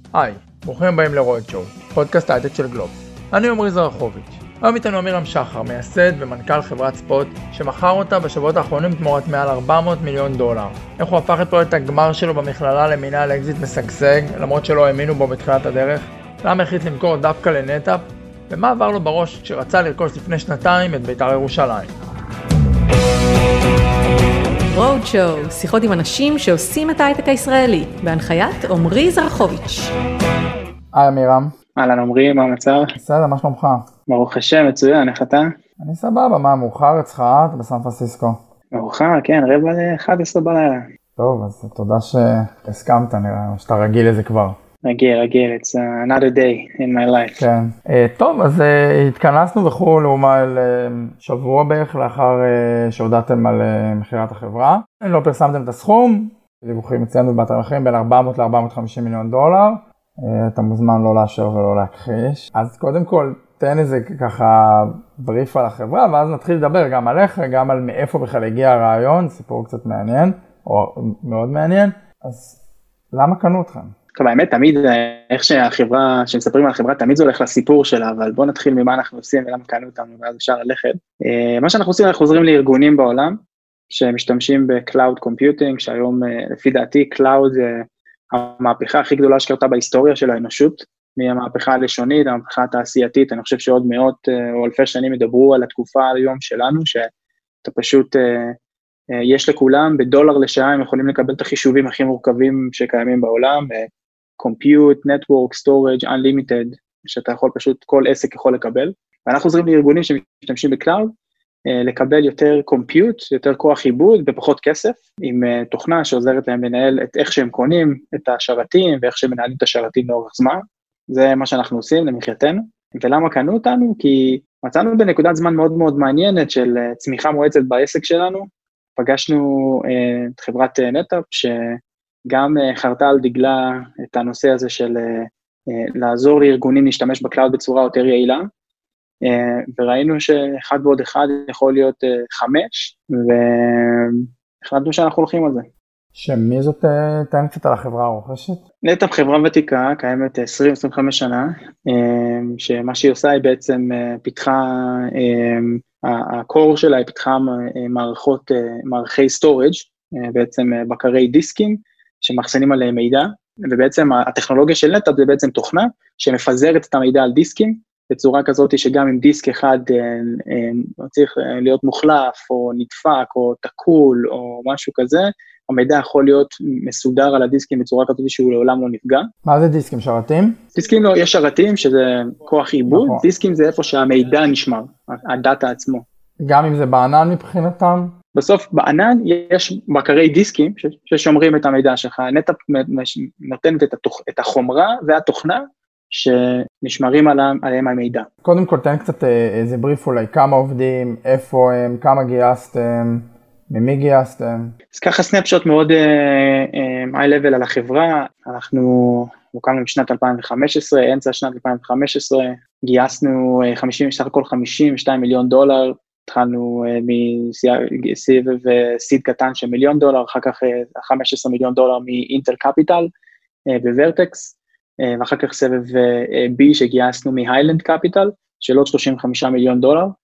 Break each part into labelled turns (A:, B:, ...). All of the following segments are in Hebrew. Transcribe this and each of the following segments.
A: היי, ברוכים הבאים לרוד שואו, פודקאסט הייטק של גלובס. אני עמרי זרחוביץ'. היום איתנו אמירם שחר, מייסד ומנכ"ל חברת ספוט, שמכר אותה בשבועות האחרונים תמורת מעל $400 מיליון. איך הוא הפך את פרויקט הגמר שלו במכללה למינהל אקזיט משגשג, למרות שלא האמינו בו בתחילת הדרך, למה החליט למכור דווקא לנטאפ, ומה עבר לו בראש כשרצה לרכוש לפני שנתיים את בית"ר ירושלים.
B: רוד שואו, שיחות עם אנשים שעושים את ההייטק הישראלי, בהנחיית עמרי זרחוביץ'.
A: היי אמירם.
C: אהלן עמרי, מה המצב?
A: בסדר, מה שלומך?
C: ברוך השם, מצוין, איך אתה?
A: אני סבבה, מה מאוחר אצלך? אתה בסן פרנסיסקו.
C: מאוחר, כן, 10:45 בלילה.
A: טוב, אז תודה שהסכמת, נראה שאתה רגיל לזה כבר.
C: רגיל, it's another day in my life.
A: כן. טוב, אז התכנסנו וכו' לעומת שבוע בערך לאחר שהודעתם על מחירת החברה. לא פרסמתם את הסכום, דיווחים אצלנו באתר המחירים בין 400 ל-450 מיליון דולר. אתה מוזמן לא לאשר ולא להכחיש. אז קודם כל, תן איזה ככה בריף על החברה, ואז נתחיל לדבר גם עליך, גם על מאיפה בכלל הגיע הרעיון, סיפור קצת מעניין, או מאוד מעניין. אז למה קנו אתכם?
C: טוב, האמת, תמיד, איך שהחברה, שמספרים על החברה, תמיד זה הולך לסיפור שלה, אבל בואו נתחיל ממה אנחנו עושים ולמה קנו אותנו, ואז אפשר ללכת. מה שאנחנו עושים, אנחנו עוזרים לארגונים בעולם, שמשתמשים ב-Cloud Computing, שהיום, לפי דעתי, Cloud זה המהפכה הכי גדולה שקרתה בהיסטוריה של האנושות, מהמהפכה הלשונית, המהפכה התעשייתית, אני חושב שעוד מאות או אלפי שנים ידברו על התקופה היום שלנו, שאתה פשוט, יש לכולם, בדולר לשעה הם יכולים לקבל את החישובים הכי מורכבים שקיימים בעולם, compute, network, storage, unlimited, שאתה יכול פשוט, כל עסק יכול לקבל, ואנחנו עוזרים לארגונים שמשתמשים בקלאוד, לקבל יותר compute, יותר כוח עיבוד בפחות כסף, עם תוכנה שעוזרת להם לנהל את איך שהם קונים את השרתים, ואיך שהם מנהלים את השרתים לאורך זמן, זה מה שאנחנו עושים למחייתנו, ולמה קנו אותנו? כי מצאנו בנקודת זמן מאוד מאוד מעניינת של צמיחה מואצת בעסק שלנו, פגשנו את חברת נטאפ, שגם חרתה על דגלה את הנושא הזה של לעזור לארגונים להשתמש בקלאוד בצורה יותר יעילה, וראינו שאחד ועוד אחד יכול להיות 5, והחלטנו שאנחנו הולכים על זה.
A: שמי זאת תן קצת על החברה הרוכשת?
C: נטאפ חברה ותיקה, קיימת 20-25 שנה, שמה שהיא עושה היא בעצם פיתחה, הקור שלה היא פיתחה מערכי סטורג', בעצם בקרי דיסקים, שמחסנים עליהם מידע, ובעצם הטכנולוגיה של נטאפ זה בעצם תוכנה, שמפזרת את המידע על דיסקים, בצורה כזאת שגם אם דיסק אחד צריך להיות מוחלף, או נדפק, או תקול, או משהו כזה, המידע יכול להיות מסודר על הדיסקים בצורה כזאת שהוא לעולם לא נפגע.
A: מה זה דיסקים? שרתים?
C: דיסקים לא, יש שרתים שזה כוח עיבוד, נכון. דיסקים זה איפה שהמידע נשמר, הדאטה עצמו. גם
A: אם זה בענן מבחינתם?
C: בסוף בענן יש בקרי דיסקים ששומרים את המידע שלך, נטאפ נותנת את החומרה והתוכנה שנשמרים עליהם המידע.
A: קודם כל תן קצת איזה בריף אולי, כמה עובדים, איפה הם, כמה גייסתם, ממי גייסתם?
C: אז ככה סנאפשוט מאוד high level על החברה, אנחנו הוקמנו בשנת 2015, אמצע שנת 2015, גייסנו סך הכל $52 מיליון, התחלנו מסבב סיד קטן של $1 מיליון, אחר כך $15 מיליון מאינטל קפיטל בוורטקס, ואחר כך סבב B שגייסנו מהיילנד קפיטל, של עוד $35 מיליון,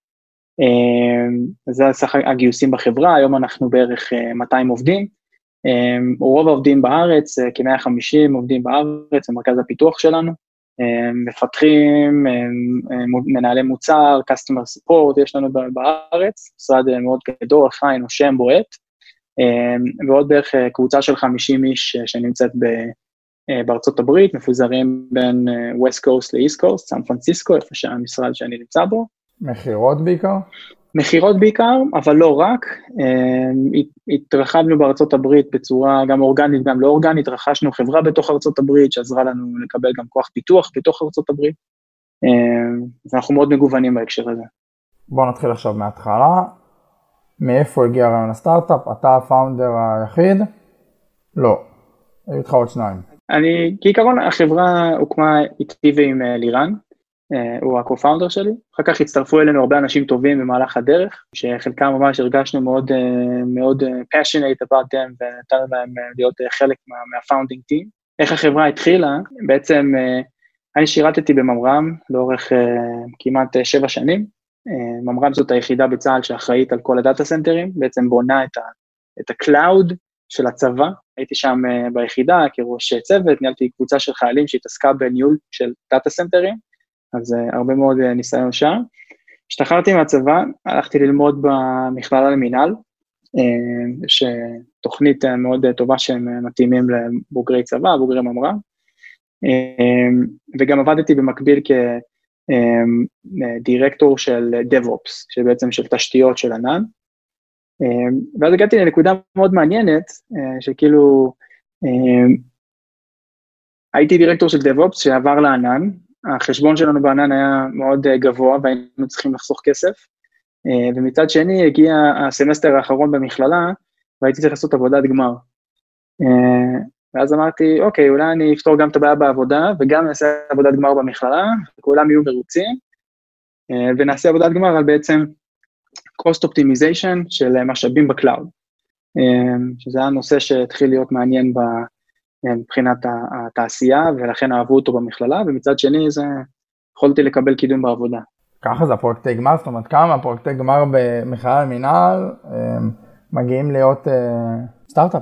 C: זה סך הגיוסים בחברה, היום אנחנו בערך 200 עובדים, רוב העובדים בארץ, כ-150 עובדים בארץ, במרכז הפיתוח שלנו, מפתחים, מנהלי מוצר, customer support, יש לנו בארץ, משרד מאוד גדול, חי, נושם, בועט, ועוד בערך קבוצה של 50 איש שנמצאת בארצות הברית, מפוזרים בין West Coast ל-East Coast, סן פרנסיסקו, איפה שהמשרד שאני נמצא בו.
A: מחירות בעיקר?
C: מחירות בעיקר, אבל לא רק, התרחבנו בארצות הברית בצורה גם אורגנית, גם לא אורגנית, רכשנו חברה בתוך ארצות הברית, שעזרה לנו לקבל גם כוח פיתוח בתוך ארצות הברית, ואנחנו מאוד מגוונים בהקשר הזה.
A: בואו נתחיל עכשיו מההתחלה, מאיפה הגיע רעיון הסטארט-אפ, אתה הפאונדר היחיד? לא, היו איתך עוד 2.
C: כעיקרון החברה הוקמה איתי ועם לירן, הוא הקו-פאונדר שלי, אחר כך הצטרפו אלינו הרבה אנשים טובים במהלך הדרך, שחלקם ממש הרגשנו מאוד passionate about them, ונתנו להם להיות חלק מה-founding team, איך החברה התחילה, בעצם אני שירתתי בממר"ם לאורך כמעט 7 שנים, ממר"ם זאת היחידה בצה"ל שאחראית על כל הדאטה סנטרים, בעצם בונה את הקלאוד של הצבא, הייתי שם ביחידה כראש צוות, ניהלתי קבוצה של חיילים שהתעסקה בניהול של דאטה סנטרים, אז הרבה מאוד ניסיון שם. השתחררתי מהצבא, הלכתי ללמוד במכללה למינהל, שתוכנית מאוד טובה שהם מתאימים לבוגרי צבא, בוגרי ממר"ם, וגם עבדתי במקביל כדירקטור של DevOps, שבעצם של תשתיות של ענן, ואז הגעתי לנקודה מאוד מעניינת, שכאילו הייתי דירקטור של DevOps שעבר לענן, החשבון שלנו בענן היה מאוד גבוה והיינו צריכים לחסוך כסף, ומצד שני הגיע הסמסטר האחרון במכללה, והייתי צריך לעשות עבודת גמר. ואז אמרתי, אוקיי, אולי אני אפתור גם את הבעיה בעבודה, וגם נעשה עבודת גמר במכללה, וכולם יהיו מרוצים, ונעשה עבודת גמר על בעצם cost optimization של משאבים בקלאוד, שזה היה נושא שהתחיל להיות מעניין מבחינת התעשייה, ולכן אהבו אותו במכללה, ומצד שני זה יכולתי לקבל קידום בעבודה.
A: ככה זה הפרויקטי גמר, זאת אומרת כמה הפרויקטי גמר במכללה למינהל מגיעים להיות סטארט-אפ?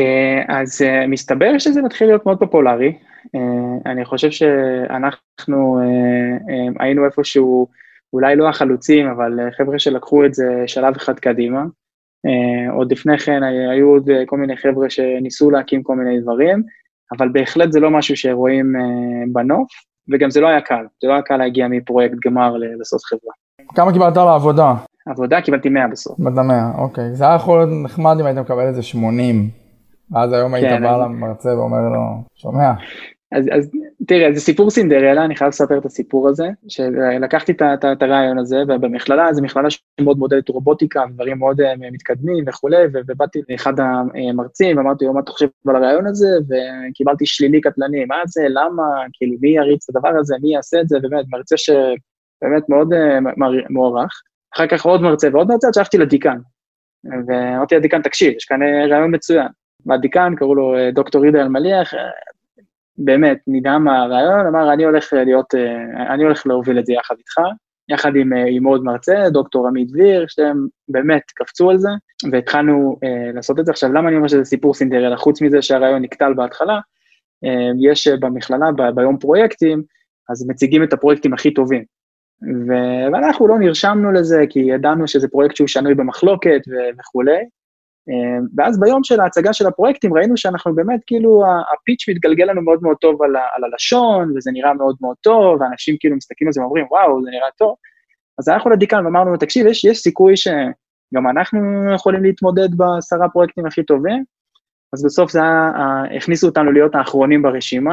C: אז מסתבר שזה מתחיל להיות מאוד פופולרי, אני חושב שאנחנו היינו איפשהו, אולי לא החלוצים, אבל חבר'ה שלקחו את זה שלב אחד קדימה, עוד לפני כן היו עוד כל מיני חבר'ה שניסו להקים כל מיני דברים, אבל בהחלט זה לא משהו שרואים בנוף, וגם זה לא היה קל, זה לא היה קל להגיע מפרויקט גמר לעשות חברה.
A: כמה קיבלת לעבודה?
C: עבודה קיבלתי 100 בסוף.
A: קיבלת 100, אוקיי. זה היה יכול להיות נחמד אם היית מקבל איזה 80, ואז היום היית בא למרצה ואומר לו, שומע.
C: אז תראה, זה סיפור סינדרלה, אני חייב לספר את הסיפור הזה, שלקחתי את הרעיון הזה, ובמכללה, זו מכללה שמאוד מודדת רובוטיקה, דברים מאוד מתקדמים וכולי, ובאתי לאחד המרצים, ואמרתי לו, מה אתה חושב על הרעיון הזה, וקיבלתי שלילי קטלני, מה זה, למה, כאילו, מי יריץ את הדבר הזה, מי יעשה את זה, באמת, מרצה שבאמת מאוד מוערך, אחר כך עוד מרצה ועוד מרצה, עד שהלכתי לדיקן, ואמרתי לדיקן, תקשיב, יש כאן רעיון מצוין, והדיקן, קראו לו דוקטור יהודה אלמליח, באמת, נדהם הרעיון, אמר, אני הולך להוביל את זה יחד איתך, יחד עם עוד מרצה, דוקטור עמית דביר, שהם באמת קפצו על זה, והתחלנו לעשות את זה. עכשיו, למה אני אומר שזה סיפור סינדרלה? חוץ מזה שהרעיון נקטל בהתחלה, יש במכללה, ביום פרויקטים, אז מציגים את הפרויקטים הכי טובים. ואנחנו לא נרשמנו לזה, כי ידענו שזה פרויקט שהוא שנוי במחלוקת וכולי, ואז ביום של ההצגה של הפרויקטים ראינו שאנחנו באמת כאילו הפיץ' מתגלגל לנו מאוד מאוד טוב על הלשון, וזה נראה מאוד מאוד טוב, ואנשים כאילו מסתכלים על זה ואומרים, וואו, זה נראה טוב. אז אנחנו לדיקן ואמרנו, תקשיב, יש סיכוי שגם אנחנו יכולים להתמודד ב10 פרויקטים הכי טובים, אז בסוף זה הכניסו אותנו להיות האחרונים ברשימה,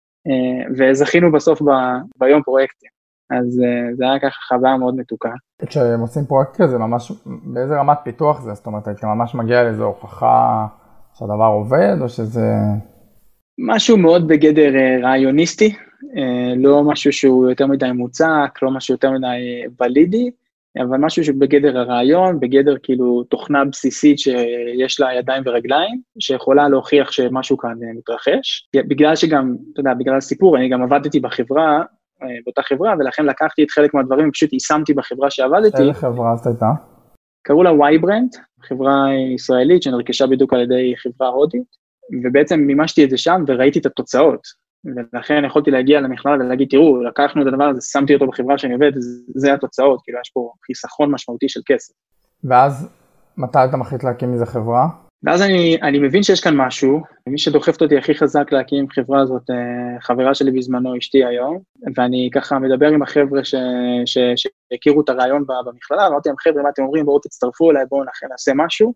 C: וזכינו בסוף ביום פרויקטים. אז זה היה ככה חוויה מאוד מתוקה.
A: כשהם עושים פרויקט כזה, ממש, באיזה רמת פיתוח זה? זאת אומרת, היית ממש מגיע לאיזו הוכחה שהדבר עובד, או שזה...
C: משהו מאוד בגדר רעיוניסטי, לא משהו שהוא יותר מדי מוצק, לא משהו יותר מדי ולידי, אבל משהו שבגדר הרעיון, בגדר כאילו תוכנה בסיסית שיש לה ידיים ורגליים, שיכולה להוכיח שמשהו כאן מתרחש. בגלל שגם, אתה יודע, בגלל הסיפור, אני גם עבדתי בחברה, באותה חברה, ולכן לקחתי את חלק מהדברים, ופשוט יישמתי בחברה שעבדתי.
A: איזה חברה אז הייתה?
C: קראו לה Y-Brand, חברה ישראלית שנרכשה בדיוק על ידי חברה הודית, ובעצם מימשתי את זה שם וראיתי את התוצאות, ולכן יכולתי להגיע למכללה ולהגיד, תראו, לקחנו את הדבר הזה, שמתי אותו בחברה שאני עובד, זה התוצאות, כאילו יש פה חיסכון משמעותי של כסף.
A: ואז מתי אתה מחליט להקים איזה חברה?
C: ואז אני מבין שיש כאן משהו, מי שדוחפת אותי הכי חזק להקים חברה הזאת, חברה שלי בזמנו, אשתי היום, ואני ככה מדבר עם החבר'ה שהכירו את הרעיון במכללה, ואמרתי להם, חבר'ה, מה אתם אומרים, בואו תצטרפו אליי, בואו נעשה משהו,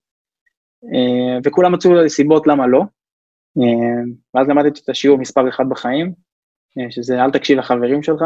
C: וכולם מצאו סיבות למה לא, ואז למדתי את השיעור מספר 1 בחיים, שזה אל תקשיב לחברים שלך,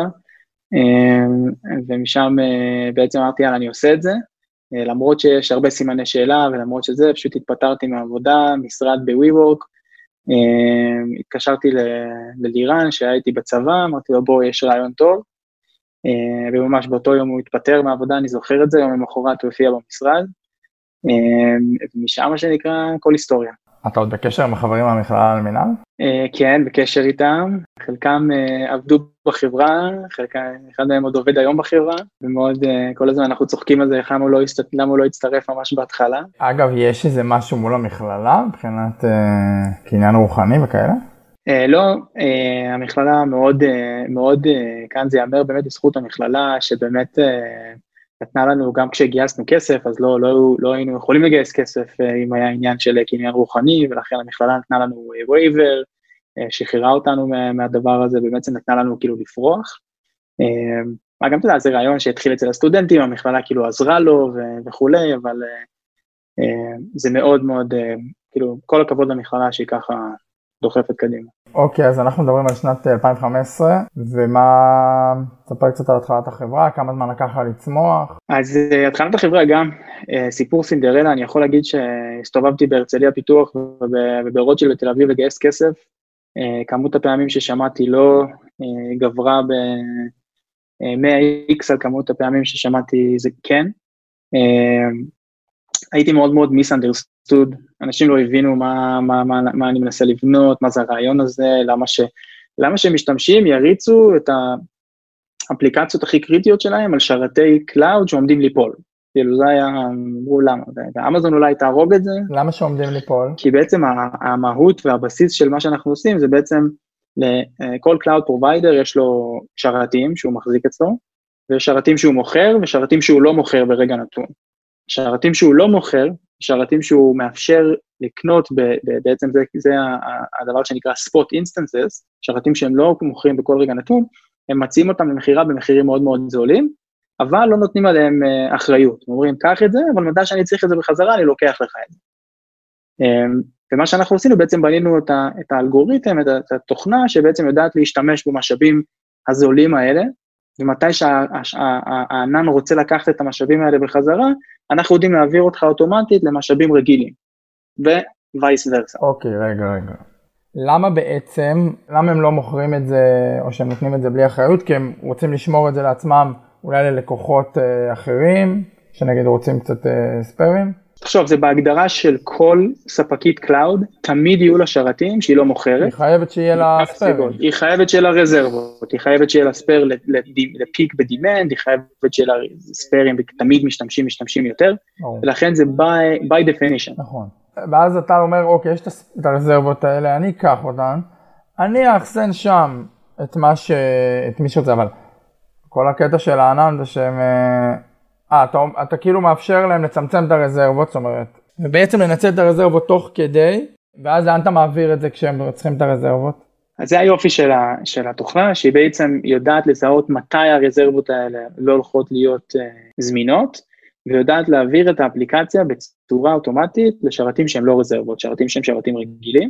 C: ומשם בעצם אמרתי, יאללה, אני עושה את זה, למרות שיש הרבה סימני שאלה, ולמרות שזה, פשוט התפטרתי מהעבודה, משרד ב-WeWork, התקשרתי ללירן, שהייתי בצבא, אמרתי לו, בוא, יש רעיון טוב, וממש באותו יום הוא התפטר מהעבודה, אני זוכר את זה, יום למחרת הוא הופיע במשרד, ומשם מה שנקרא, כל היסטוריה.
A: אתה עוד בקשר עם החברים מהמכללה על מינהל?
C: כן, בקשר איתם, חלקם עבדו בחברה, אחד מהם עוד עובד היום בחברה, ומאוד כל הזמן אנחנו צוחקים על זה, למה הוא לא הצטרף ממש בהתחלה.
A: אגב, יש איזה משהו מול המכללה, מבחינת קניין רוחני וכאלה?
C: לא, המכללה מאוד, כאן זה יאמר באמת בזכות המכללה, שבאמת נתנה לנו, גם כשגייסנו כסף, אז לא היינו יכולים לגייס כסף אם היה עניין של קניין רוחני, ולכן המכללה נתנה לנו וייבר, שחררה אותנו מהדבר הזה, ובעצם נתנה לנו כאילו לפרוח. גם אתה יודע, זה רעיון שהתחיל אצל הסטודנטים, המכללה כאילו עזרה לו וכולי, אבל זה מאוד מאוד, כאילו, כל הכבוד למכללה שהיא ככה דוחפת קדימה.
A: אוקיי, אז אנחנו מדברים על שנת 2015, תספר קצת על התחלת החברה, כמה זמן לקח לה לצמוח?
C: אז התחלת החברה גם, סיפור סינדרלה, אני יכול להגיד שהסתובבתי בהרצליה פיתוח וברוטשילד בתל אביב לגייס כסף, כמות הפעמים ששמעתי לא גברה ב-100x על כמות הפעמים ששמעתי זה כן, הייתי מאוד מאוד misunderstood, אנשים לא הבינו מה אני מנסה לבנות, מה זה הרעיון הזה, למה שמשתמשים יריצו את האפליקציות הכי קריטיות שלהם על שרתי קלאוד שעומדים ליפול. כאילו זה היה, אמרו למה, ואמזון אולי תהרוג את זה.
A: למה שעומדים ליפול?
C: כי בעצם המהות והבסיס של מה שאנחנו עושים זה בעצם לכל קלאוד פרוביידר יש לו שרתים שהוא מחזיק אצלו, ויש שרתים שהוא מוכר ושרתים שהוא לא מוכר ברגע נתון. שרתים שהוא לא מוכר, שרתים שהוא מאפשר לקנות, בעצם זה הדבר שנקרא spot instances, שרתים שהם לא מוכרים בכל רגע נתון, הם מציעים אותם למחירה במחירים מאוד מאוד זולים, אבל לא נותנים עליהם אחריות. הם אומרים, קח את זה, אבל מתי שאני צריך את זה בחזרה, אני לוקח לך את זה. ומה שאנחנו עשינו, בעצם בנינו את האלגוריתם, את התוכנה, שבעצם יודעת להשתמש במשאבים הזולים האלה, ומתי שהענן רוצה לקחת את המשאבים האלה בחזרה, אנחנו יודעים להעביר אותך אוטומטית למשאבים רגילים, ווייס ורסה.
A: אוקיי, רגע. למה הם לא מוכרים את זה, או שהם נותנים את זה בלי אחריות? כי הם רוצים לשמור את זה לעצמם, אולי ללקוחות אחרים, שנגיד רוצים קצת ספרים?
C: תחשוב, זה בהגדרה של כל ספקית קלאוד, תמיד יהיו לה שרתים שהיא לא מוכרת.
A: היא חייבת שיהיה לה ספרים.
C: היא חייבת שיהיה לה רזרבות, היא חייבת שיהיה לה ספר לפיק בדימנד, היא חייבת שיהיה לה ספרים, ותמיד משתמשים יותר, ולכן זה by definition.
A: נכון. ואז אתה אומר, אוקיי, יש את הרזרבות האלה, אני אקח אותן, אני אאחסן שם את מי שרוצה, אבל כל הקטע של הענן זה שהם... אתה כאילו מאפשר להם לצמצם את הרזרבות, זאת אומרת, ובעצם לנצל את הרזרבות תוך כדי, ואז לאן אתה מעביר את זה כשהם צריכים את הרזרבות?
C: אז זה היופי של התוכנה, שהיא בעצם יודעת לזהות מתי הרזרבות האלה לא הולכות להיות זמינות, ויודעת להעביר את האפליקציה בצורה אוטומטית לשרתים שהם לא רזרבות, שרתים שהם שרתים רגילים,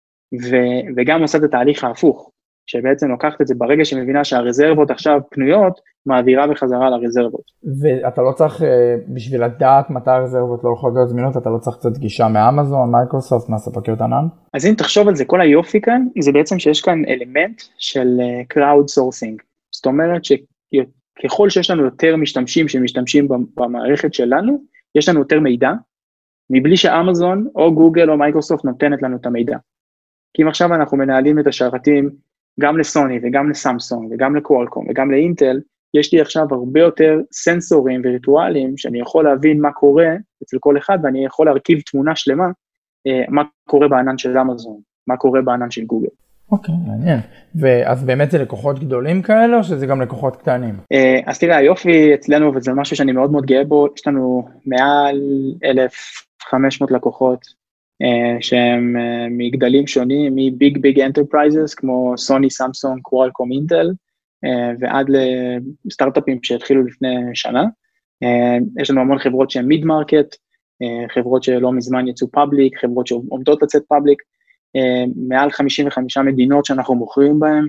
C: וגם עושה את התהליך ההפוך, שבעצם לוקחת את זה ברגע שמבינה שהרזרבות עכשיו פנויות, מעבירה בחזרה לרזרבות.
A: ואתה לא צריך, בשביל לדעת מתי הרזרבות לא הולכות להיות זמינות, אתה לא צריך קצת גישה מאמזון, מייקרוסופט, מהספקיות ענן?
C: אז אם תחשוב על זה, כל היופי כאן, זה בעצם שיש כאן אלמנט של crowd sourcing. זאת אומרת שככל שיש לנו יותר משתמשים שמשתמשים במערכת שלנו, יש לנו יותר מידע, מבלי שאמזון או גוגל או מייקרוסופט נותנת לנו את המידע. כי אם עכשיו אנחנו מנהלים את השרתים גם לסוני וגם לסמסונג וגם לקוואלקום וגם לאינטל, יש לי עכשיו הרבה יותר סנסורים וריטואלים שאני יכול להבין מה קורה אצל כל אחד, ואני יכול להרכיב תמונה שלמה, מה קורה בענן של אמזון, מה קורה בענן של גוגל.
A: אוקיי, מעניין. ואז באמת זה לקוחות גדולים כאלה, או שזה גם לקוחות קטנים?
C: אז תראה, היופי אצלנו, וזה משהו שאני מאוד מאוד גאה בו, יש לנו מעל 1,500 לקוחות, שהם מגדלים שונים, מביג אנטרפרייזס, כמו סוני, סמסונג, קוואלקום, אינטל, ועד לסטארט-אפים שהתחילו לפני שנה. יש לנו המון חברות שהן מיד מרקט, חברות שלא מזמן יצאו פאבליק, חברות שעומדות לצאת פאבליק, מעל 55 מדינות שאנחנו מוכרים בהן,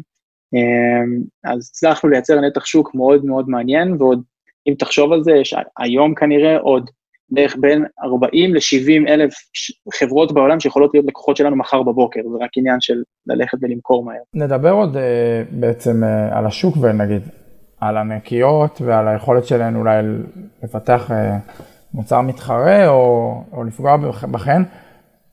C: אז הצלחנו לייצר נתח שוק מאוד מאוד מעניין, ועוד אם תחשוב על זה, יש היום כנראה עוד בערך בין 40 ל-70 אלף חברות בעולם שיכולות להיות לקוחות שלנו מחר בבוקר, זה רק עניין של ללכת ולמכור מהר.
A: נדבר עוד בעצם על השוק ונגיד על הנקיות ועל היכולת שלנו אולי לפתח מוצר מתחרה או לפגוע בכן.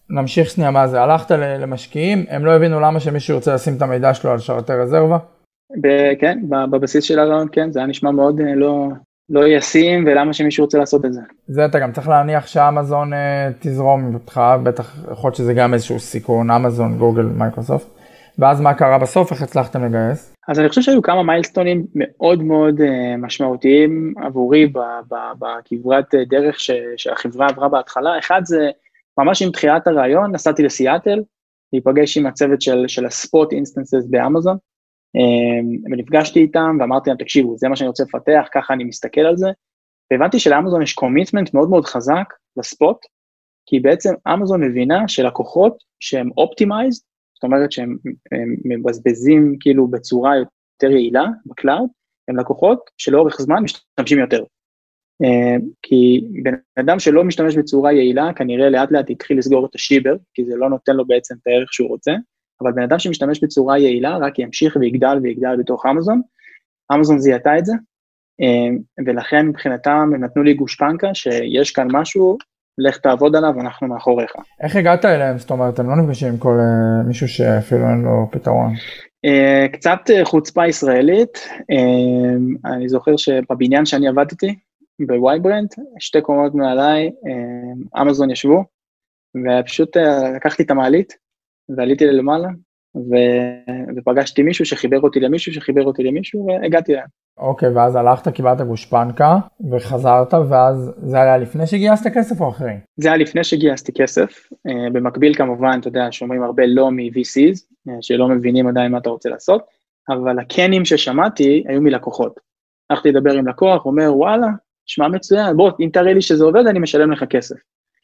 A: נמשיך שנייה מה זה, הלכת למשקיעים, הם לא הבינו למה שמישהו ירצה לשים את המידע שלו על שרתי רזרבה?
C: כן, בבסיס של הרעיון, כן, זה היה נשמע מאוד לא ישים, ולמה שמישהו רוצה לעשות את זה.
A: זה אתה גם צריך להניח שאמזון תזרום איתך, בטח יכול להיות שזה גם איזשהו סיכון, אמזון, גוגל, מייקרוסופט, ואז מה קרה בסוף, איך הצלחתם לגייס?
C: אז אני חושב שהיו כמה מיילסטונים מאוד מאוד משמעותיים עבורי בכברת דרך שהחברה עברה בהתחלה. אחד זה ממש עם תחילת הרעיון, נסעתי לסיאטל, להיפגש עם הצוות של הספוט אינסטנסס באמזון, ונפגשתי איתם ואמרתי להם, תקשיבו, זה מה שאני רוצה לפתח, ככה אני מסתכל על זה, והבנתי שלאמזון יש קומיטמנט מאוד מאוד חזק לספוט, כי בעצם אמזון מבינה שלקוחות שהם אופטימייזד, זאת אומרת שהם מבזבזים כאילו בצורה יותר יעילה בקלאוד, הם לקוחות שלאורך זמן משתמשים יותר. כי בן אדם שלא משתמש בצורה יעילה, כנראה לאט לאט יתחיל לסגור את השיבר, כי זה לא נותן לו בעצם את הערך שהוא רוצה, אבל בן אדם שמשתמש בצורה יעילה, רק ימשיך ויגדל ויגדל בתוך אמזון, אמזון זיהתה את זה, ולכן מבחינתם הם נתנו לי גושפנקה, שיש כאן משהו, לך תעבוד עליו, אנחנו מאחוריך.
A: איך הגעת אליהם? זאת אומרת, הם לא נפגשים עם כל מישהו שאפילו אין לו פתרון.
C: קצת חוצפה ישראלית, אני זוכר שבבניין שאני עבדתי, בווייברנט, 2 קומות מעליי, אמזון ישבו, ופשוט לקחתי את המעלית, ועליתי למעלה, ופגשתי מישהו שחיבר אותי למישהו, והגעתי להם.
A: אוקיי, ואז הלכת, קיבלת גושפנקה, וחזרת, ואז זה היה לפני שגייסת כסף או אחרי?
C: זה היה לפני שגייסתי כסף, במקביל כמובן, אתה יודע, שומעים הרבה לא מ-VCs, שלא מבינים עדיין מה אתה רוצה לעשות, אבל הקנים ששמעתי היו מלקוחות. הלכתי לדבר עם לקוח, אומר, וואלה, שמע מצוין, בוא, אם תראה לי שזה עובד, אני משלם לך כסף.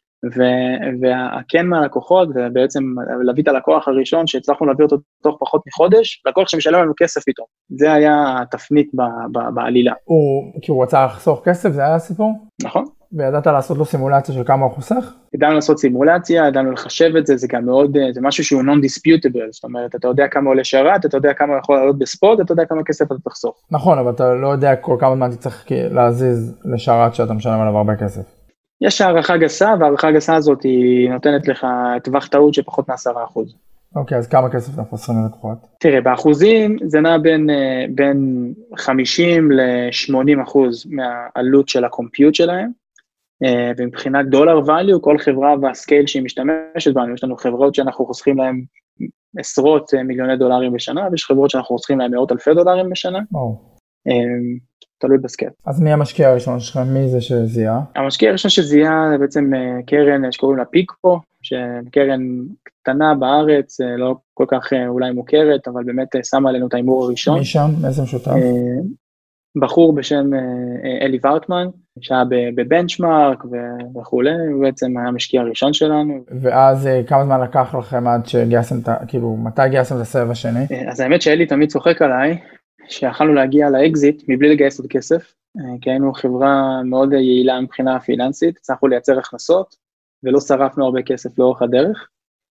C: והכן מהלקוחות, ובעצם להביא את הלקוח הראשון שהצלחנו להביא אותו תוך פחות מחודש, לקוח שמשלם לנו כסף פתאום. זה היה התפנית בעלילה.
A: כי הוא רצה לחסוך כסף, זה היה הסיפור?
C: נכון.
A: וידעת לעשות לו סימולציה של כמה הוא חוסך?
C: ידענו לעשות סימולציה, ידענו לחשב את זה, זה גם מאוד, זה משהו שהוא non-disputable, זאת אומרת, אתה יודע כמה עולה שרת, אתה יודע כמה יכול לעלות בספוט, אתה יודע כמה כסף אתה תחסוך.
A: נכון, אבל אתה לא יודע כל כמה זמן אתה צריך להזיז לשרת שאתה משלם עליו הרבה כסף.
C: יש הערכה גסה, והערכה גסה הזאת היא נותנת לך טווח טעות שפחות מ10%.
A: אוקיי, אז כמה כסף אנחנו חוסכים ללקוחות?
C: תראה, באחוזים זה נע בין 50 ל-80% מהעלות של הקומפיוט שלהם, ומבחינת דולר value, כל חברה והסקייל שהיא משתמשת בנו, יש לנו חברות שאנחנו חוסכים להם עשרות מיליוני דולרים בשנה, ויש חברות שאנחנו חוסכים להם מאות אלפי דולרים בשנה. תלוי בסקייל.
A: אז מי המשקיע הראשון שלך? מי זה שזיהה?
C: המשקיע הראשון שזיהה זה בעצם קרן שקוראים לה פיקו, שקרן קטנה בארץ, לא כל כך אולי מוכרת, אבל באמת שמה עלינו את האימור הראשון.
A: מי שם? איזה משותף?
C: בחור בשם אלי ורטמן, שהיה בבנצ'מארק וכולי, הוא בעצם היה המשקיע הראשון שלנו.
A: ואז כמה זמן לקח לכם עד שגייסתם, כאילו, מתי גייסתם את הסבב השני?
C: אז האמת שאלי תמיד צוחק עליי, שיכלנו להגיע לאקזיט מבלי לגייס עוד כסף, כי היינו חברה מאוד יעילה מבחינה פיננסית, הצלחנו לייצר הכנסות, ולא שרפנו הרבה כסף לאורך הדרך.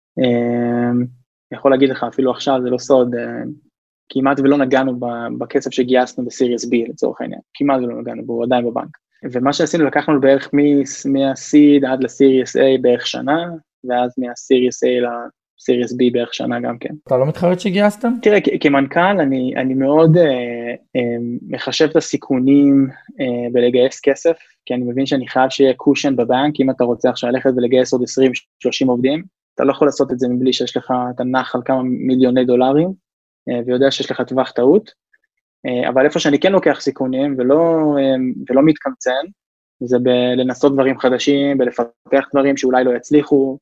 C: יכול להגיד לך, אפילו עכשיו זה לא סוד, כמעט ולא נגענו בכסף שגייסנו בסיריוס B לצורך העניין, כמעט ולא נגענו בו, עדיין בבנק. ומה שעשינו, לקחנו בערך מהסיד עד לסיריוס A בערך שנה, ואז מהסיריוס A לסיריוס B בערך שנה גם כן.
A: אתה לא מתחרט שגייסתם?
C: תראה, כמנכ"ל אני מאוד מחשב את הסיכונים בלגייס כסף, כי אני מבין שאני חייב שיהיה קושן בבנק, אם אתה רוצה עכשיו ללכת ולגייס עוד 20-30 עובדים, אתה לא יכול לעשות את זה מבלי שיש לך את הנח על כמה מיליוני דולרים, ויודע שיש לך טווח טעות, אבל איפה שאני כן לוקח סיכונים ולא מתקמצן, זה בלנסות דברים חדשים, בלפתח דברים שאולי לא יצליחו,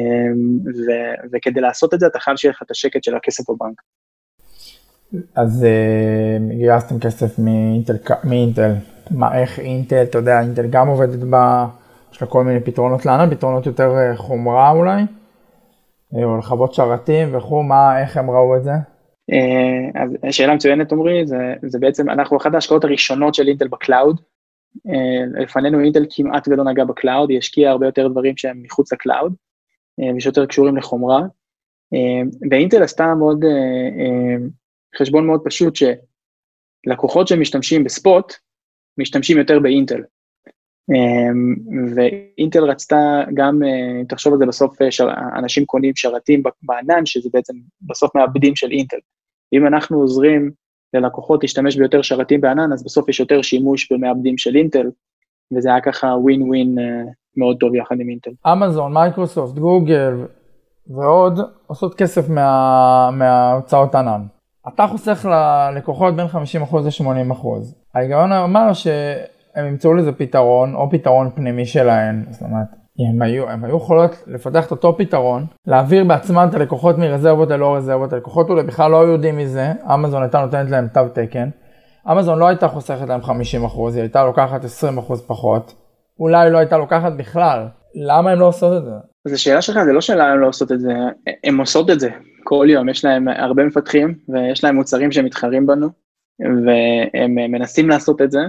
C: וכדי לעשות את זה אתה חייב שיהיה לך את השקט של הכסף בבנק.
A: אז גייסתם כסף מאינטל, איך אינטל, אתה יודע, אינטל גם עובדת יש לה כל מיני פתרונות לענות, פתרונות יותר חומרה אולי, או לחוות שרתים וכו', איך הם ראו את זה?
C: אז שאלה מצוינת אומרי, זה בעצם, אנחנו אחת ההשקעות הראשונות של אינטל בקלאוד, לפנינו אינטל כמעט ולא נגע בקלאוד, היא השקיעה הרבה יותר דברים שהם מחוץ לקלאוד, ושיותר קשורים לחומרה, ואינטל עשתה חשבון מאוד פשוט, שלקוחות שמשתמשים בספוט, משתמשים יותר באינטל, ואינטל רצתה גם, תחשוב על זה בסוף, אנשים קונים שרתים בענן, שזה בעצם בסוף מעבדים של אינטל. אם אנחנו עוזרים ללקוחות להשתמש ביותר שרתים בענן, אז בסוף יש יותר שימוש במעבדים של אינטל, וזה היה ככה ווין ווין מאוד טוב יחד עם אינטל.
A: אמזון, מייקרוסופט, גוגל ועוד עושות כסף מההוצאות ענן. אתה חוסך ללקוחות בין 50% ל-80%. ההיגיון אומר שהם ימצאו לזה פתרון, או פתרון פנימי שלהם. זאת אומרת, הם היו יכולות לפתח את אותו פתרון, להעביר בעצמם את הלקוחות מרזרבות ללא רזרבות. הלקוחות אולי בכלל לא יודעים מזה, אמזון הייתה נותנת להם תו תקן. אמזון לא הייתה חוסכת להם 50%, היא הייתה לוקחת 20% פחות. אולי לא הייתה לוקחת בכלל. למה הם לא עושות את זה?
C: אז השאלה שלך זה לא שאלה הם לא עושות את זה, הם עושות את זה כל יום, יש להם הרבה מפתחים, ויש להם מוצרים שהם מתחרים בנו, והם מנסים לעשות את זה,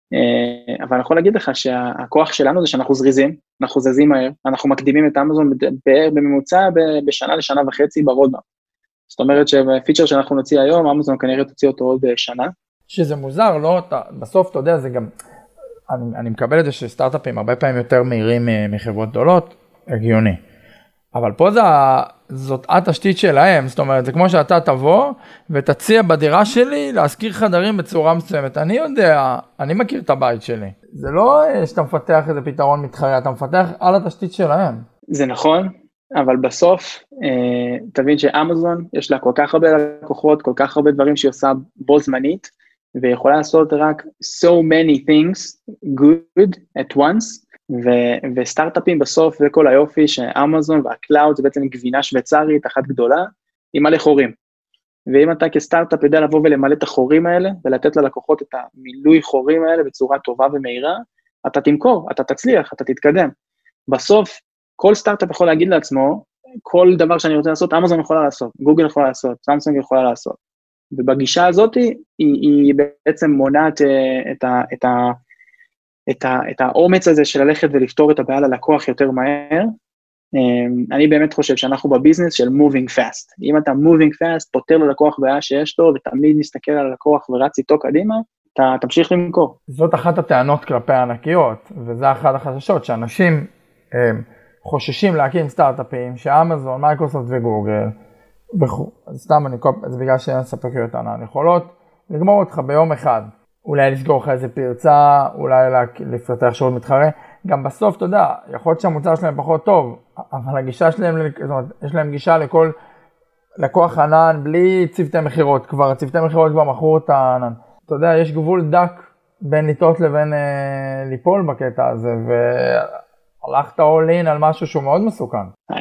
C: אבל אני יכול להגיד לך שהכוח שלנו זה שאנחנו זריזים, אנחנו זזים מהר, אנחנו מקדימים את אמזון בממוצע בשנה לשנה וחצי ברודמאפ. זאת אומרת שבפיצ'ר שאנחנו נוציא היום, אמזון כנראה תוציא אותו עוד שנה. שזה
A: מוזר, לא? בסוף אתה יודע, זה גם, אני מקבל את זה שסטארט-אפים הרבה פעמים יותר מהירים מחברות גדולות, הגיוני. אבל פה זאת התשתית שלהם, זאת אומרת, זה כמו שאתה תבוא ותציע בדירה שלי להזכיר חדרים בצורה מסוימת. אני יודע, אני מכיר את הבית שלי. זה לא שאתה מפתח איזה פתרון מתחרה, אתה מפתח על התשתית שלהם.
C: זה נכון, אבל בסוף, תבין שאמזון יש לה כל כך הרבה לקוחות, כל כך הרבה דברים שהיא עושה בו זמנית, ויכולה לעשות רק so many things good at once, וסטארט-אפים בסוף וכל היופי שאמזון והקלאוד זה בעצם גבינה שוויצרית אחת גדולה, עם מלא חורים. ואם אתה כסטארט-אפ יודע לבוא ולמלא את החורים האלה, ולתת ללקוחות את המילוי חורים האלה בצורה טובה ומהירה, אתה תמכור, אתה תצליח, אתה תתקדם. בסוף, כל סטארט-אפ יכול להגיד לעצמו, כל דבר שאני רוצה לעשות, אמזון יכולה לעשות, גוגל יכולה לעשות, סמסונג יכולה לעשות. ובגישה הזאת היא בעצם מונעת את האומץ הזה של ללכת ולפתור את הבעיה ללקוח יותר מהר. אני באמת חושב שאנחנו בביזנס של moving fast. אם אתה moving fast, פותר ללקוח בעיה שיש לו, ותמיד מסתכל על הלקוח ורץ איתו קדימה, אתה תמשיך למכור.
A: זאת אחת הטענות כלפי הענקיות, וזה אחת החששות, שאנשים חוששים להקים סטארט-אפים, שאמזון, מייקרוסופט וגוגל, סתם זה בגלל שאין ספקיות ענן, יכולות לגמור אותך ביום אחד. אולי לסגור לך איזה פרצה, אולי לפתח שירות מתחרה. גם בסוף, אתה יודע, יכול להיות שהמוצר שלהם פחות טוב, אבל הגישה שלהם, זאת אומרת, יש להם גישה לכל לקוח ענן, בלי צוותי מחירות כבר, צוותי מחירות כבר מכרו את הענן. אתה יודע, יש גבול דק בין לטעות לבין ליפול בקטע הזה, והלכת all in על משהו שהוא מאוד מסוכן.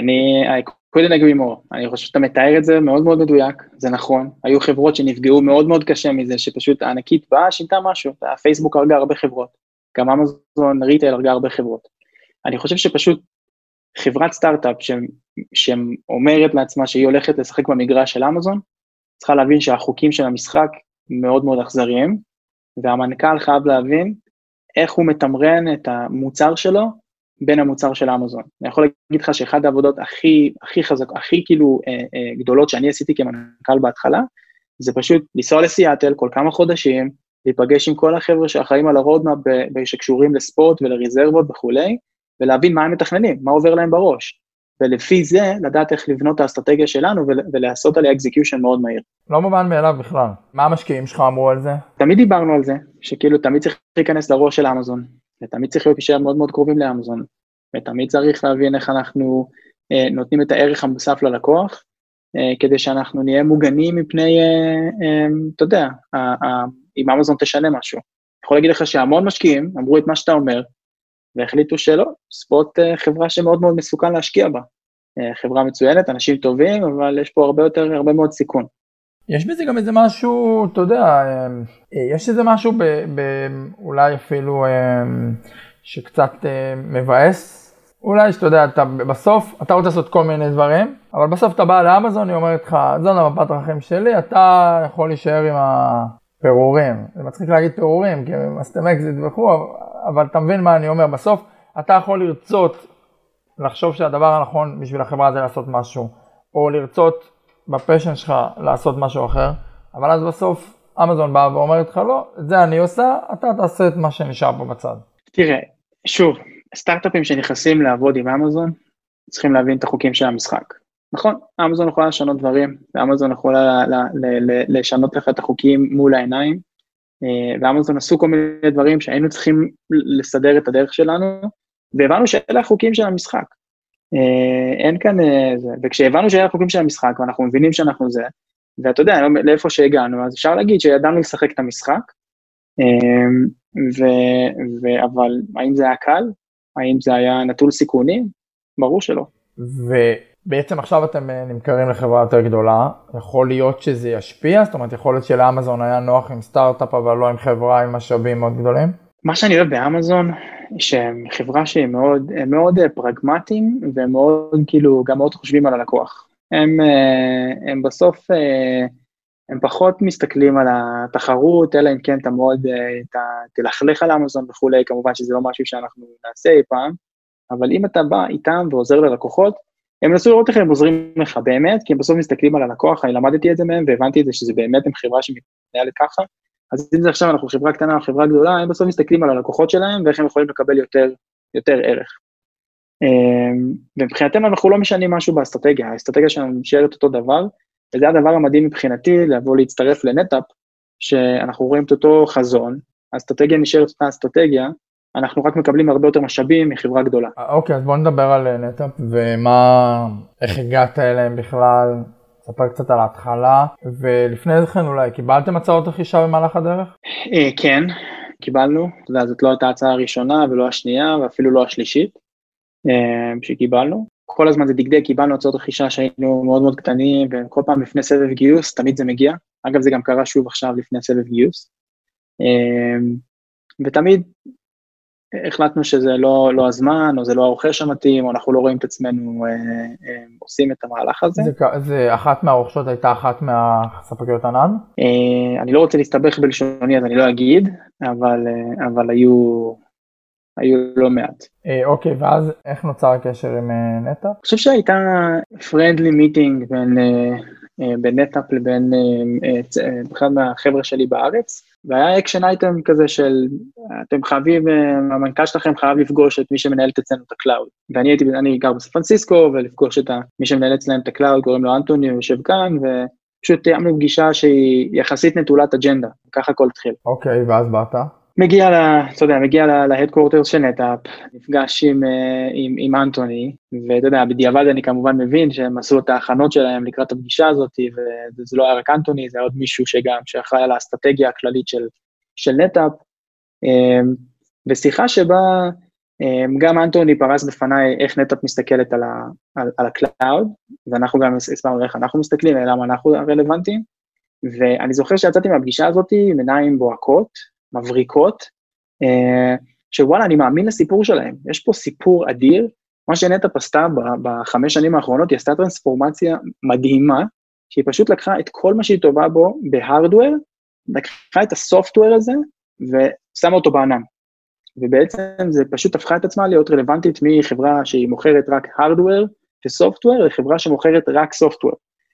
C: אני חושב שאתה מתאר את זה מאוד מאוד מדויק, זה נכון, היו חברות שנפגעו מאוד מאוד קשה מזה, שפשוט הענקית באה, שינתה משהו, הפייסבוק הרגה הרבה חברות, גם אמזון ריטייל הרגה הרבה חברות. אני חושב שפשוט חברת סטארט-אפ שאומרת לעצמה שהיא הולכת לשחק במגרש של אמזון, צריכה להבין שהחוקים של המשחק מאוד מאוד אכזריים, והמנכ"ל חייב להבין איך הוא מתמרן את המוצר שלו, בין המוצר של אמזון. אני יכול להגיד לך שאחת העבודות הכי חזק, הכי כאילו גדולות שאני עשיתי כמנכ"ל בהתחלה, זה פשוט לנסוע לסיאטל כל כמה חודשים, להיפגש עם כל החבר'ה שאחראים על הרודמאפ שקשורים לספורט ולרזרבות וכולי, ולהבין מה הם מתכננים, מה עובר להם בראש. ולפי זה, לדעת איך לבנות את האסטרטגיה שלנו ולעשות עליה אקזיקיושן מאוד מהיר.
A: לא מובן מאליו בכלל. מה המשקיעים שלך אמרו על זה?
C: תמיד דיברנו על זה, שכאילו תמיד צריך להיכנס לראש של אמזון. ותמיד צריך להיות להישאר מאוד מאוד קרובים לאמזון, ותמיד צריך להבין איך אנחנו נותנים את הערך המוסף ללקוח, כדי שאנחנו נהיה מוגנים מפני, אתה יודע, אם אמזון תשנה משהו. אני יכול להגיד לך שהמון משקיעים אמרו את מה שאתה אומר, והחליטו שלא, ספוט חברה שמאוד מאוד מסוכן להשקיע בה. חברה מצוינת, אנשים טובים, אבל יש פה הרבה מאוד סיכון.
A: יש בזה גם איזה משהו, אתה יודע, יש איזה משהו אולי אפילו שקצת מבאס, אולי שאתה יודע, בסוף אתה רוצה לעשות כל מיני דברים, אבל בסוף אתה בא לאמזון, היא אומרת לך, זו המפת דרכים שלי, אתה יכול להישאר עם הפירורים. זה מצחיק להגיד פירורים, כי מסתם אקזיט וכו', אבל אתה מבין מה אני אומר, בסוף אתה יכול לרצות לחשוב שהדבר הנכון בשביל החברה זה לעשות משהו, או לרצות בפשן שלך לעשות משהו אחר, אבל אז בסוף אמזון באה ואומרת לך, לא, את זה אני עושה, אתה תעשה את מה שנשאר פה בצד.
C: תראה, שוב, סטארט-אפים שנכנסים לעבוד עם אמזון, צריכים להבין את החוקים של המשחק. נכון, אמזון יכולה לשנות דברים, ואמזון יכולה לשנות לך את החוקים מול העיניים, ואמזון עשו כל מיני דברים שהיינו צריכים לסדר את הדרך שלנו, והבנו שאלה החוקים של המשחק. אין כאן זה, וכשהבנו שאלה החוקים של המשחק, ואנחנו מבינים שאנחנו זה, ואתה יודע, לאיפה שהגענו, אז אפשר להגיד שידענו לשחק את המשחק, אבל האם זה היה קל? האם זה היה נטול סיכונים? ברור שלא.
A: ובעצם עכשיו אתם נמכרים לחברה יותר גדולה, יכול להיות שזה ישפיע? זאת אומרת, יכול להיות שלאמזון היה נוח עם סטארט-אפ, אבל לא עם חברה עם משאבים מאוד גדולים?
C: מה שאני אוהב באמזון, שהם חברה שהם מאוד פרגמטיים, והם מאוד, כאילו, גם מאוד חושבים על הלקוח. הם בסוף, הם פחות מסתכלים על התחרות, אלא אם כן אתה מאוד תלכלך על אמזון וכולי, כמובן שזה לא משהו שאנחנו נעשה אי פעם, אבל אם אתה בא איתם ועוזר ללקוחות, הם נסו לראות איך הם עוזרים לך באמת, כי הם בסוף מסתכלים על הלקוח, אני למדתי את זה מהם והבנתי את זה שזה באמת הם חברה שמתנהלת ככה, אז אם זה עכשיו אנחנו חברה קטנה או חברה גדולה, הם בסוף מסתכלים על הלקוחות שלהם ואיך הם יכולים לקבל יותר ערך. ומבחינתנו אנחנו לא משנים משהו באסטרטגיה, האסטרטגיה שלנו נשארת אותו דבר, וזה הדבר המדהים מבחינתי לבוא להצטרף לנטאפ, שאנחנו רואים את אותו חזון, האסטרטגיה נשארת אותה אסטרטגיה, אנחנו רק מקבלים הרבה יותר משאבים מחברה גדולה.
A: אוקיי, אז בואו נדבר על נטאפ, איך הגעת אליהם בכלל, ספר קצת על ההתחלה, ולפני כן אולי, קיבלתם הצעות רכישה במהלך הדרך?
C: כן, קיבלנו, זאת לא הייתה ההצעה הראשונה ולא השנייה, ואפילו לא השלישית, שקיבלנו. כל הזמן זה דגדג, קיבלנו הצעות רכישה שהיינו מאוד מאוד קטנים, וכל פעם לפני סבב גיוס, תמיד זה מגיע. אגב, זה גם קרה שוב עכשיו לפני סבב גיוס. ותמיד החלטנו שזה לא הזמן, או זה לא האוחר שמתאים, או אנחנו לא רואים את עצמנו עושים את המהלך הזה.
A: זה אחת מהרוכשות הייתה אחת מהספקיות ענן?
C: אני לא רוצה להסתבך בלשוני, אז אני לא אגיד, אבל היו לא מעט.
A: אוקיי, ואז איך נוצר הקשר עם נטאפ?
C: אני חושב שהייתה friendly meeting בין נטאפ לבין אחד מהחבר'ה שלי בארץ, והיה אקשן אייטם כזה של, אתם חייבים, המנכ"ל שלכם חייב לפגוש את מי שמנהלת אצלנו את הקלאוד. ואני גר בסן פרנסיסקו, ולפגוש את מי שמנהל אצלנו את הקלאוד, קוראים לו אנטוני, הוא יושב כאן, ופשוט תיאמנו פגישה שהיא יחסית נטולת אג'נדה, ככה הכל התחיל.
A: אוקיי, ואז באת?
C: מגיע להדקוורטרס של נטאפ, נפגש עם אנטוני, ואתה יודע, בדיעבד אני כמובן מבין שהם עשו את ההכנות שלהם לקראת הפגישה הזאת, וזה לא היה רק אנטוני, זה היה עוד מישהו שאחראי על האסטרטגיה הכללית של נטאפ, בשיחה שבה גם אנטוני פרס בפניי איך נטאפ מסתכלת על הקלאוד, ואנחנו גם הסברנו איך אנחנו מסתכלים, למה אנחנו רלוונטיים, ואני זוכר שיצאתי מהפגישה הזאת עם עיניים בוהקות, מבריקות, שוואלה, אני מאמין לסיפור שלהם. יש פה סיפור אדיר, מה שנטאפ עשתה ב5 שנים האחרונות, היא עשתה טרנספורמציה מדהימה, שהיא פשוט לקחה את כל מה שהיא טובה בו בהארדוור, לקחה את הסופטוור הזה, ושמה אותו בענן. ובעצם זה פשוט הפכה את עצמה להיות רלוונטית מחברה שהיא מוכרת רק הארדוור וסופטוור, לחברה שמוכרת רק סופטוור.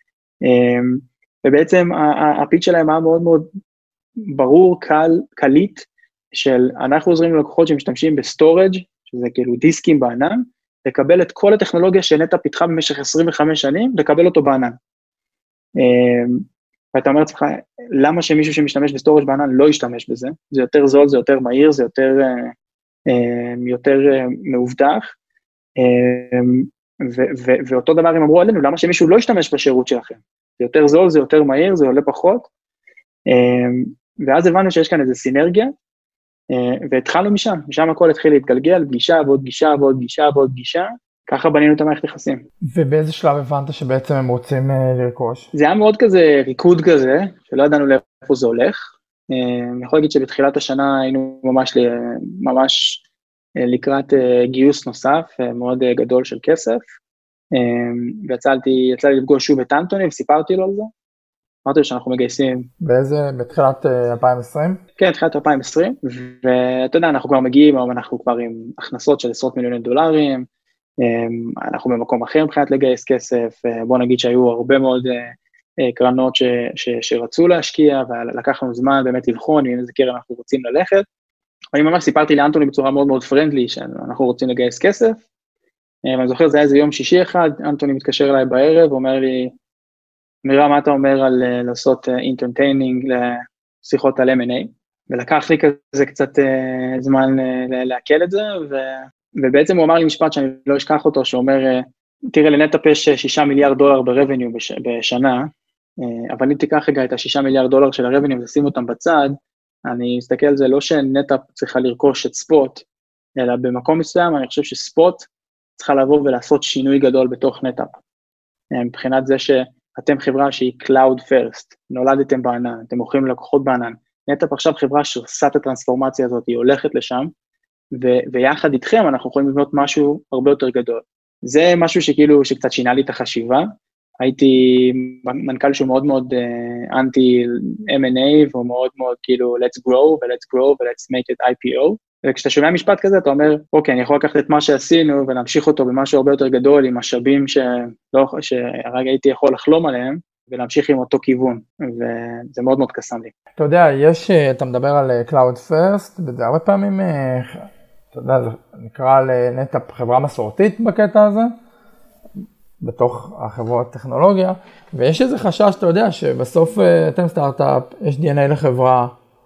C: ובעצם הפיץ שלהם היה מאוד מאוד ברור, קליט, של אנחנו עוזרים ללקוחות שמשתמשים בסטורג', שזה כאילו דיסקים בענן, לקבל את כל הטכנולוגיה שנטאפ פיתחה במשך 25 שנים, לקבל אותו בענן. ואתה אומר לעצמך, למה שמישהו שמשתמש בסטורג' בענן לא ישתמש בזה? זה יותר זול, זה יותר מהיר, זה יותר מאובטח, ואותו דבר הם אמרו עלינו, למה שמישהו לא ישתמש בשירות שלכם? זה יותר זול, זה יותר מהיר, זה עולה פחות, ואז הבנו שיש כאן איזו סינרגיה, והתחלנו משם הכל התחיל להתגלגל, פגישה ועוד פגישה ועוד פגישה ועוד פגישה, ככה בנינו את המערכת יחסים.
A: ובאיזה שלב הבנת שבעצם הם רוצים לרכוש?
C: זה היה מאוד כזה ריקוד כזה, שלא ידענו לאיפה זה הולך, אני יכול להגיד שבתחילת השנה היינו ממש לקראת גיוס נוסף, מאוד גדול של כסף, ויצא לי לפגוש שוב את אנטוני וסיפרתי לו על זה, אמרתי לו שאנחנו מגייסים.
A: בתחילת 2020?
C: כן, תחילת 2020, ואתה יודע, אנחנו כבר מגיעים, אנחנו כבר עם הכנסות של $10 מיליון, אנחנו במקום אחר מבחינת לגייס כסף, בוא נגיד שהיו הרבה מאוד קרנות שרצו להשקיע, ולקח לנו זמן באמת לבחון עם איזה קרן אנחנו רוצים ללכת, אני ממש סיפרתי לאנטוני בצורה מאוד מאוד פרנדלי, שאנחנו רוצים לגייס כסף, ואני זוכר, זה היה איזה יום שישי אחד, אנטוני מתקשר אליי בערב, אומר לי, מירה, מה אתה אומר על לעשות אינטרטיינינג לשיחות על M&A, ולקח לי כזה קצת זמן להקל את זה, ובעצם הוא אמר לי משפט שאני לא אשכח אותו, שאומר, תראה, לנטאפ יש $6 מיליארד ברבניו בשנה, אבל אם תיקח רגע את $6 מיליארד של הרבניו ושים אותם בצד, אני מסתכל על זה לא שנטאפ צריכה לרכוש את ספוט, אלא במקום מסוים אני חושב שספוט צריכה לבוא ולעשות שינוי גדול בתוך נטאפ. מבחינת זה שאתם חברה שהיא Cloud First, נולדתם בענן, אתם מוכרים לקוחות בענן, נטאפ עכשיו חברה שעושה את הטרנספורמציה הזאת, היא הולכת לשם, ויחד איתכם אנחנו יכולים לבנות משהו הרבה יותר גדול. זה משהו שכאילו, שקצת שינה לי את החשיבה, הייתי מנכ"ל שהוא מאוד מאוד אנטי M&A, והוא מאוד מאוד כאילו let's grow ו-let's make it IPO, וכשאתה שומע משפט כזה, אתה אומר, אוקיי, אני יכול לקחת את מה שעשינו, ולהמשיך אותו במשהו הרבה יותר גדול, עם משאבים שהרגע הייתי יכול לחלום עליהם, ולהמשיך עם אותו כיוון, וזה מאוד מאוד קסם לי.
A: אתה יודע, אתה מדבר על Cloud First, וזה הרבה פעמים, אתה יודע, זה נקרא לנטאפ חברה מסורתית בקטע הזה, בתוך החברות טכנולוגיה, ויש איזה חשש, אתה יודע, שבסוף אתם סטארט-אפ, יש DNA לחברה,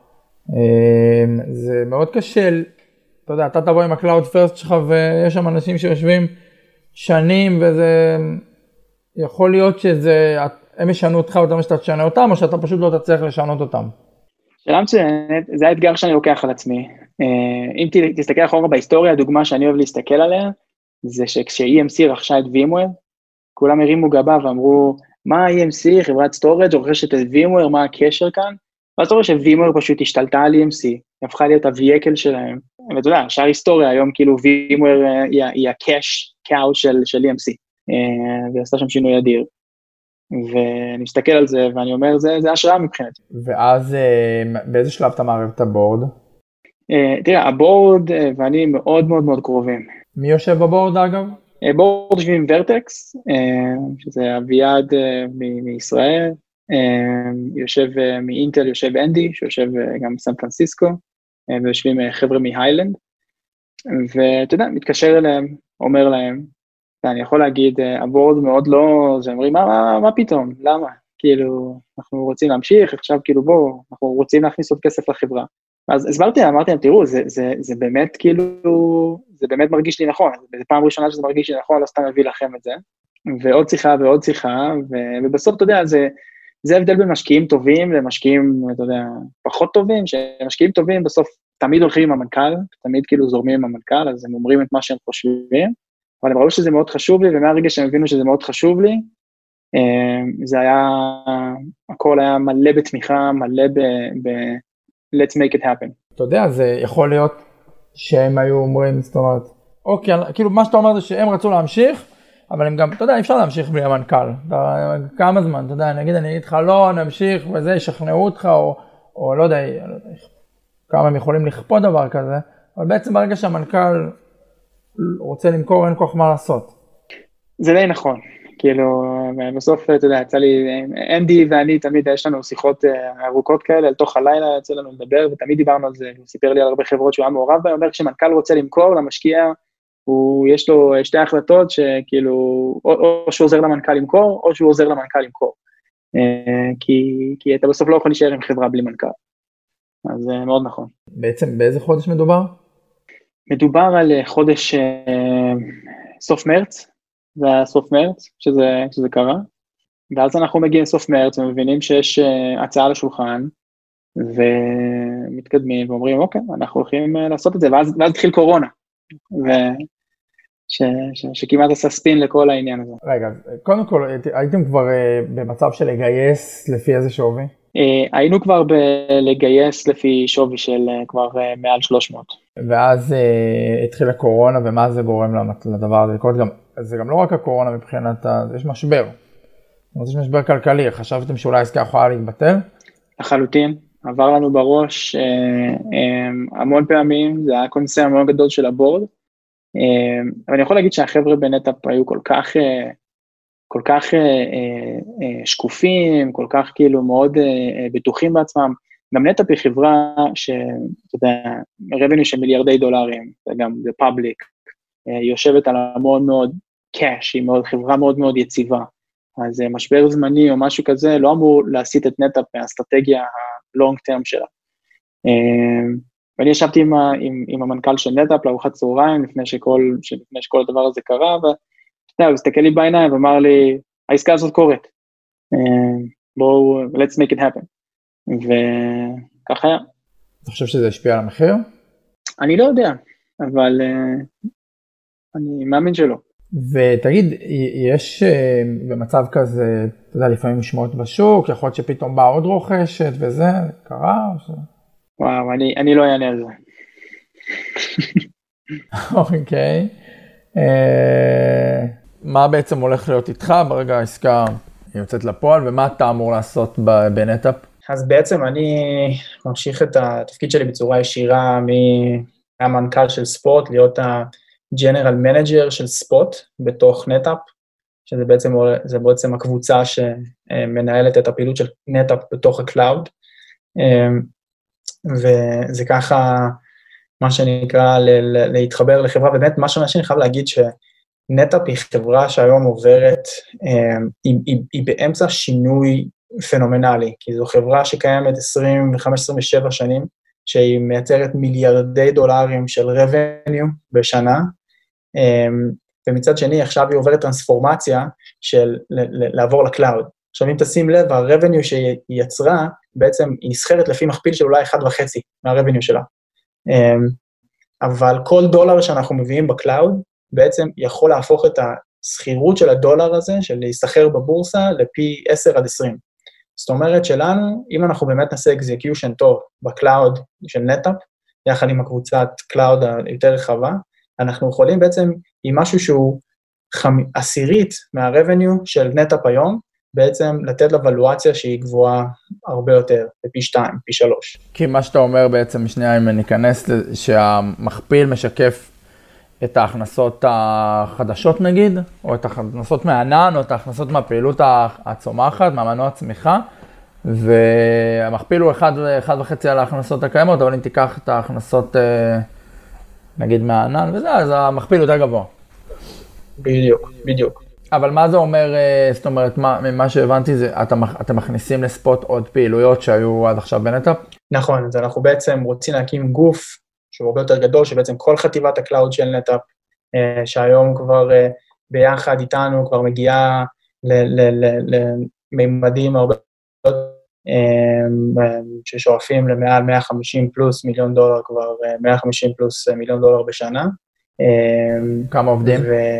A: זה מאוד קשה, אתה יודע, אתה תבוא עם ה-Cloud First שלך, ויש שם אנשים שיושבים שנים, וזה יכול להיות הם ישנו אותך יותר משאתה תשנה אותם, או שאתה פשוט לא תצליח לשנות אותם.
C: שאלה מצוינת, זה האתגר שאני לוקח על עצמי. אם תסתכל אחורה בהיסטוריה, הדוגמה שאני אוהב להסתכל עליה, זה שכש-EMC רכשה את VMware, כולם הרימו גבה ואמרו, מה EMC, חברת סטורג' רוכשת את VMware, מה הקשר כאן? ואז אתה רואה ש-VMware פשוט השתלטה על EMC, היא הפכה להיות הווייקל שלהם, ואתה יודע, שאר היסטוריה היום כאילו VMware היא ה-cash cow של EMC, והיא עשתה שם שינוי אדיר. ואני מסתכל על זה ואני אומר, זה השראה מבחינתי.
A: ואז באיזה שלב אתה מערב את הבורד?
C: תראה, הבורד ואני מאוד מאוד מאוד קרובים.
A: מי יושב בבורד אגב?
C: בורד יושבים עם ורטקס, שזה אביעד מישראל, יושב מאינטל, יושב אנדי, שיושב גם בסן פרנסיסקו, ויושבים חבר'ה מהיילנד, ואתה יודע, מתקשר אליהם, אומר להם, אני יכול להגיד, הבורד מאוד לא, זה אומרים, מה פתאום, למה? כאילו, אנחנו רוצים להמשיך, עכשיו כאילו בואו, אנחנו רוצים להכניס עוד כסף לחברה. אז הסברתי, אמרתי להם, תראו, זה באמת כאילו, זה באמת מרגיש לי נכון, זו פעם ראשונה שזה מרגיש לי נכון, לא סתם מביא לכם את זה, ועוד שיחה ועוד שיחה, ובסוף, אתה יודע, זה הבדל בין משקיעים טובים למשקיעים, אתה יודע, פחות טובים, שמשקיעים טובים בסוף תמיד הולכים עם המנכ"ל, תמיד כאילו זורמים עם המנכ"ל, אז הם אומרים את מה שהם חושבים, אבל הם ראו שזה מאוד חשוב לי, ומהרגע שהם הבינו שזה מאוד חשוב לי, זה היה, הכל היה מלא בתמיכה, מלא let's make it happen.
A: אתה יודע, זה יכול להיות שהם היו אומרים, זאת אומרת, אוקיי, כאילו מה שאתה אומר זה שהם רצו להמשיך, אבל הם גם, אתה יודע, אפשר להמשיך בלי המנכ"ל. כמה זמן, אתה יודע, אני אגיד לך, לא, נמשיך וזה, ישכנעו אותך, או לא יודע, כמה הם יכולים לכפות דבר כזה, אבל בעצם ברגע שהמנכ"ל רוצה למכור, אין כוח מה לעשות.
C: זה די נכון. כאילו, בסוף, אתה יודע, יצא לי, אנדי ואני תמיד, יש לנו שיחות ארוכות כאלה, לתוך הלילה יצא לנו לדבר, ותמיד דיברנו על זה, הוא סיפר לי על הרבה חברות שהוא היה מעורב בהן, אומר כשמנכ"ל רוצה למכור למשקיע, יש לו שתי החלטות שכאילו, או שהוא עוזר למנכ"ל למכור, או שהוא עוזר למנכ"ל למכור. כי אתה בסוף לא יכול להישאר עם חברה בלי מנכ"ל. אז זה מאוד נכון.
A: בעצם באיזה חודש מדובר?
C: מדובר על חודש סוף מרץ, זה היה סוף מרץ, שזה קרה, ואז אנחנו מגיעים לסוף מרץ, ומבינים שיש הצעה לשולחן, ומתקדמים, ואומרים, אוקיי, אנחנו הולכים לעשות את זה, ואז התחיל קורונה, שכמעט עשה ספין לכל העניין הזה.
A: רגע, קודם כל, הייתם כבר במצב של לגייס לפי איזה שווי?
C: היינו כבר לגייס לפי שווי של כבר מעל 300.
A: ואז התחילה קורונה, ומה זה גורם לדבר הזה? זה גם לא רק הקורונה מבחינת, יש משבר. יש משבר כלכלי, חשבתם שאולי העסקה יכולה להתבטל?
C: לחלוטין, עבר לנו בראש המון פעמים, זה היה קונסרן מאוד גדול של הבורד, אבל אני יכול להגיד שהחבר'ה בנטאפ היו כל כך שקופים, כל כך כאילו מאוד בטוחים בעצמם, גם נטאפ היא חברה שאתה יודע, revenue של מיליארדי דולרים, וגם זה פאבליק, היא יושבת על המון מאוד קאש, היא חברה מאוד מאוד יציבה, אז משבר זמני או משהו כזה לא אמור להסיט את נטאפ מהאסטרטגיה ה-long term שלה. ואני ישבתי עם המנכ"ל של נטאפ לארוחת צהריים, לפני שכל הדבר הזה קרה, ואתה יודע, הוא הסתכל לי בעיניים ואמר לי, העסקה הזאת קורית, בואו, let's make it happen. וככה היה.
A: אתה חושב שזה השפיע על המחיר?
C: אני לא יודע, אבל אני מאמין שלא.
A: ותגיד, יש במצב כזה, אתה יודע, לפעמים שמועות בשוק, יכול להיות שפתאום באה עוד רוכשת וזה, קרה?
C: וואו, אני לא אענה על זה.
A: אוקיי. מה בעצם הולך להיות איתך ברגע העסקה יוצאת לפועל, ומה אתה אמור לעשות בנטאפ?
D: אז בעצם אני ממשיך את התפקיד שלי בצורה ישירה מהמנכ"ל של ספוט, להיות ה-General Manager של ספוט בתוך נטאפ, שזה בעצם הקבוצה שמנהלת את הפעילות של נטאפ בתוך הקלאוד, וזה ככה מה שנקרא להתחבר לחברה, ובאמת מה שאני חייב להגיד שנטאפ היא חברה שהיום עוברת, היא באמצע שינוי פנומנלי, כי זו חברה שקיימת 25-27 שנים, שהיא מייצרת מיליארדי דולרים של revenue בשנה, ומצד שני עכשיו היא עוברת טרנספורמציה של לעבור לקלאוד. עכשיו אם תשים לב, ה-revenue שהיא יצרה, בעצם היא נסחרת לפי מכפיל של אולי 1.5 מה-revenue שלה. אבל כל דולר שאנחנו מביאים בקלאוד, בעצם יכול להפוך את הסחירות של הדולר הזה, של להיסחר בבורסה, לפי 10 עד 20. זאת אומרת שלנו, אם אנחנו באמת נעשה execution טוב בקלאוד של נטאפ, יחד עם הקבוצת קלאוד היותר רחבה, אנחנו יכולים בעצם עם משהו שהוא 10 מה-revenue של נטאפ היום, בעצם לתת לוולואציה שהיא גבוהה הרבה יותר, בפי 2, פי 3.
A: כי מה שאתה אומר בעצם, שנייה אם ניכנס, שהמכפיל משקף את ההכנסות החדשות נגיד, או את ההכנסות מהענן, או את ההכנסות מהפעילות הצומחת, מהמנוע הצמיחה, והמכפיל הוא 1.5 על ההכנסות הקיימות, אבל אם תיקח את ההכנסות נגיד מהענן וזה, אז המכפיל יותר גבוה.
D: בדיוק, בדיוק.
A: אבל מה זה אומר, זאת אומרת, מה שהבנתי זה, אתם מכניסים לספוט עוד פעילויות שהיו עד עכשיו בנטאפ?
D: נכון, אז אנחנו בעצם רוצים להקים גוף שהוא הרבה יותר גדול, שבעצם כל חטיבת הקלאוד של נטאפ, שהיום כבר ביחד איתנו כבר מגיעה למימדים הרבה ששואפים למעל 150 פלוס מיליון דולר, כבר 150 פלוס מיליון דולר בשנה.
A: כמה עובדים?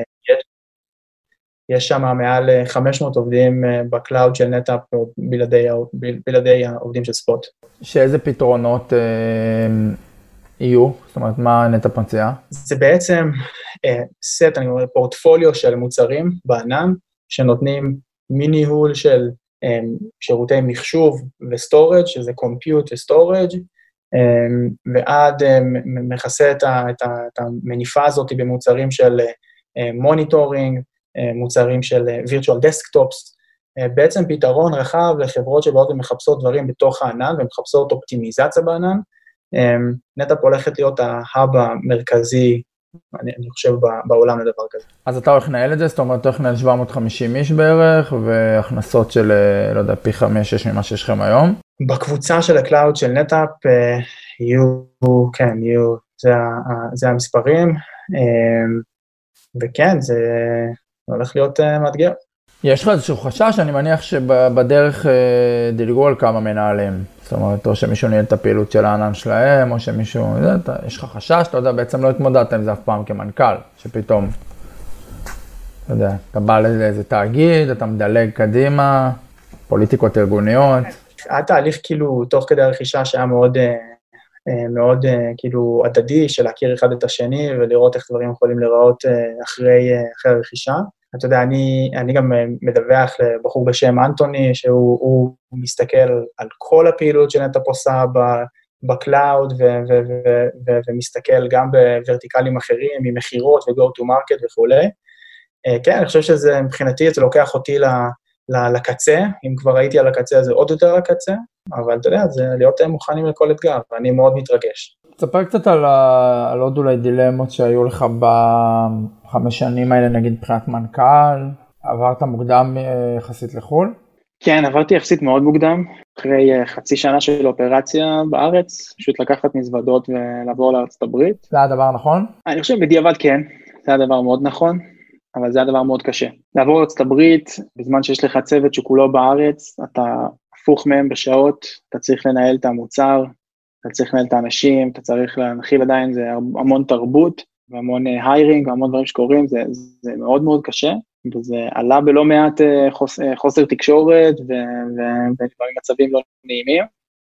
D: יש שם מעל 500 עובדים בקלאוד של נטאפ, בלעדי העובדים של ספוט.
A: שאיזה פתרונות יהיו? זאת אומרת, מה נטאפ מציעה?
D: זה בעצם סט, אני אומר, פורטפוליו של מוצרים בענן, שנותנים מניהול של שירותי מחשוב וסטורג', שזה compute וסטורג', ועד מכסה את המניפה הזאת במוצרים של מוניטורינג, מוצרים של virtual desktops, בעצם פתרון רחב לחברות שבאות ומחפשות דברים בתוך הענן, ומחפשות אופטימיזציה בענן. נטאפ הולכת להיות ההאב המרכזי, אני חושב, בעולם לדבר כזה.
A: אז אתה הולך לנהל את זה, זאת אומרת, אתה הולך לנהל 750 איש בערך, והכנסות של, לא יודע, פי 5-6 ממה שיש לכם היום?
D: בקבוצה של הקלאוד של נטאפ, זה המספרים, וכן, זה הולך להיות מאתגר. יש
A: לך איזשהו חשש, אני מניח שבדרך דילגו על כמה מנהלים, זאת אומרת, או שמישהו ניהל את הפעילות של הענן שלהם, או שמישהו, יש לך חשש, אתה יודע, בעצם לא התמודדת עם זה אף פעם כמנכ"ל, שפתאום, אתה יודע, אתה בא לאיזה תאגיד, אתה מדלג קדימה, פוליטיקות ארגוניות.
D: התהליך כאילו, תוך כדי הרכישה שהיה מאוד כאילו הדדי, של להכיר אחד את השני, ולראות איך דברים יכולים להיראות אחרי הרכישה. אתה יודע, אני גם מדווח לבחור בשם אנטוני, שהוא מסתכל על כל הפעילות שנטאפ עושה בקלאוד, ומסתכל גם בוורטיקלים אחרים, ממחירות ו-go to market וכו'. כן, אני חושב שזה, מבחינתי, זה לוקח אותי לקצה, אם כבר הייתי על הקצה, זה עוד יותר לקצה, אבל אתה יודע, זה להיות מוכנים לכל אתגר, ואני מאוד מתרגש.
A: תספר קצת על עוד אולי דילמות שהיו לך ב5 שנים האלה, נגיד מבחינת מנכ"ל, עברת מוקדם יחסית לחול?
C: כן, עברתי יחסית מאוד מוקדם, אחרי חצי שנה של אופרציה בארץ, פשוט לקחת מזוודות ולעבור לארצות הברית.
A: זה הדבר נכון?
C: אני חושב בדיעבד כן, זה הדבר מאוד נכון, אבל זה הדבר מאוד קשה. לעבור לארצות הברית, בזמן שיש לך צוות שכולו בארץ, אתה הפוך מהם בשעות, אתה צריך לנהל את המוצר, אתה צריך לנהל את האנשים, אתה צריך להנחיל עדיין, זה המון תרבות, והמון היירינג, והמון דברים שקורים, זה מאוד מאוד קשה, וזה עלה בלא מעט חוסר תקשורת, ודברים מצבים לא נעימים,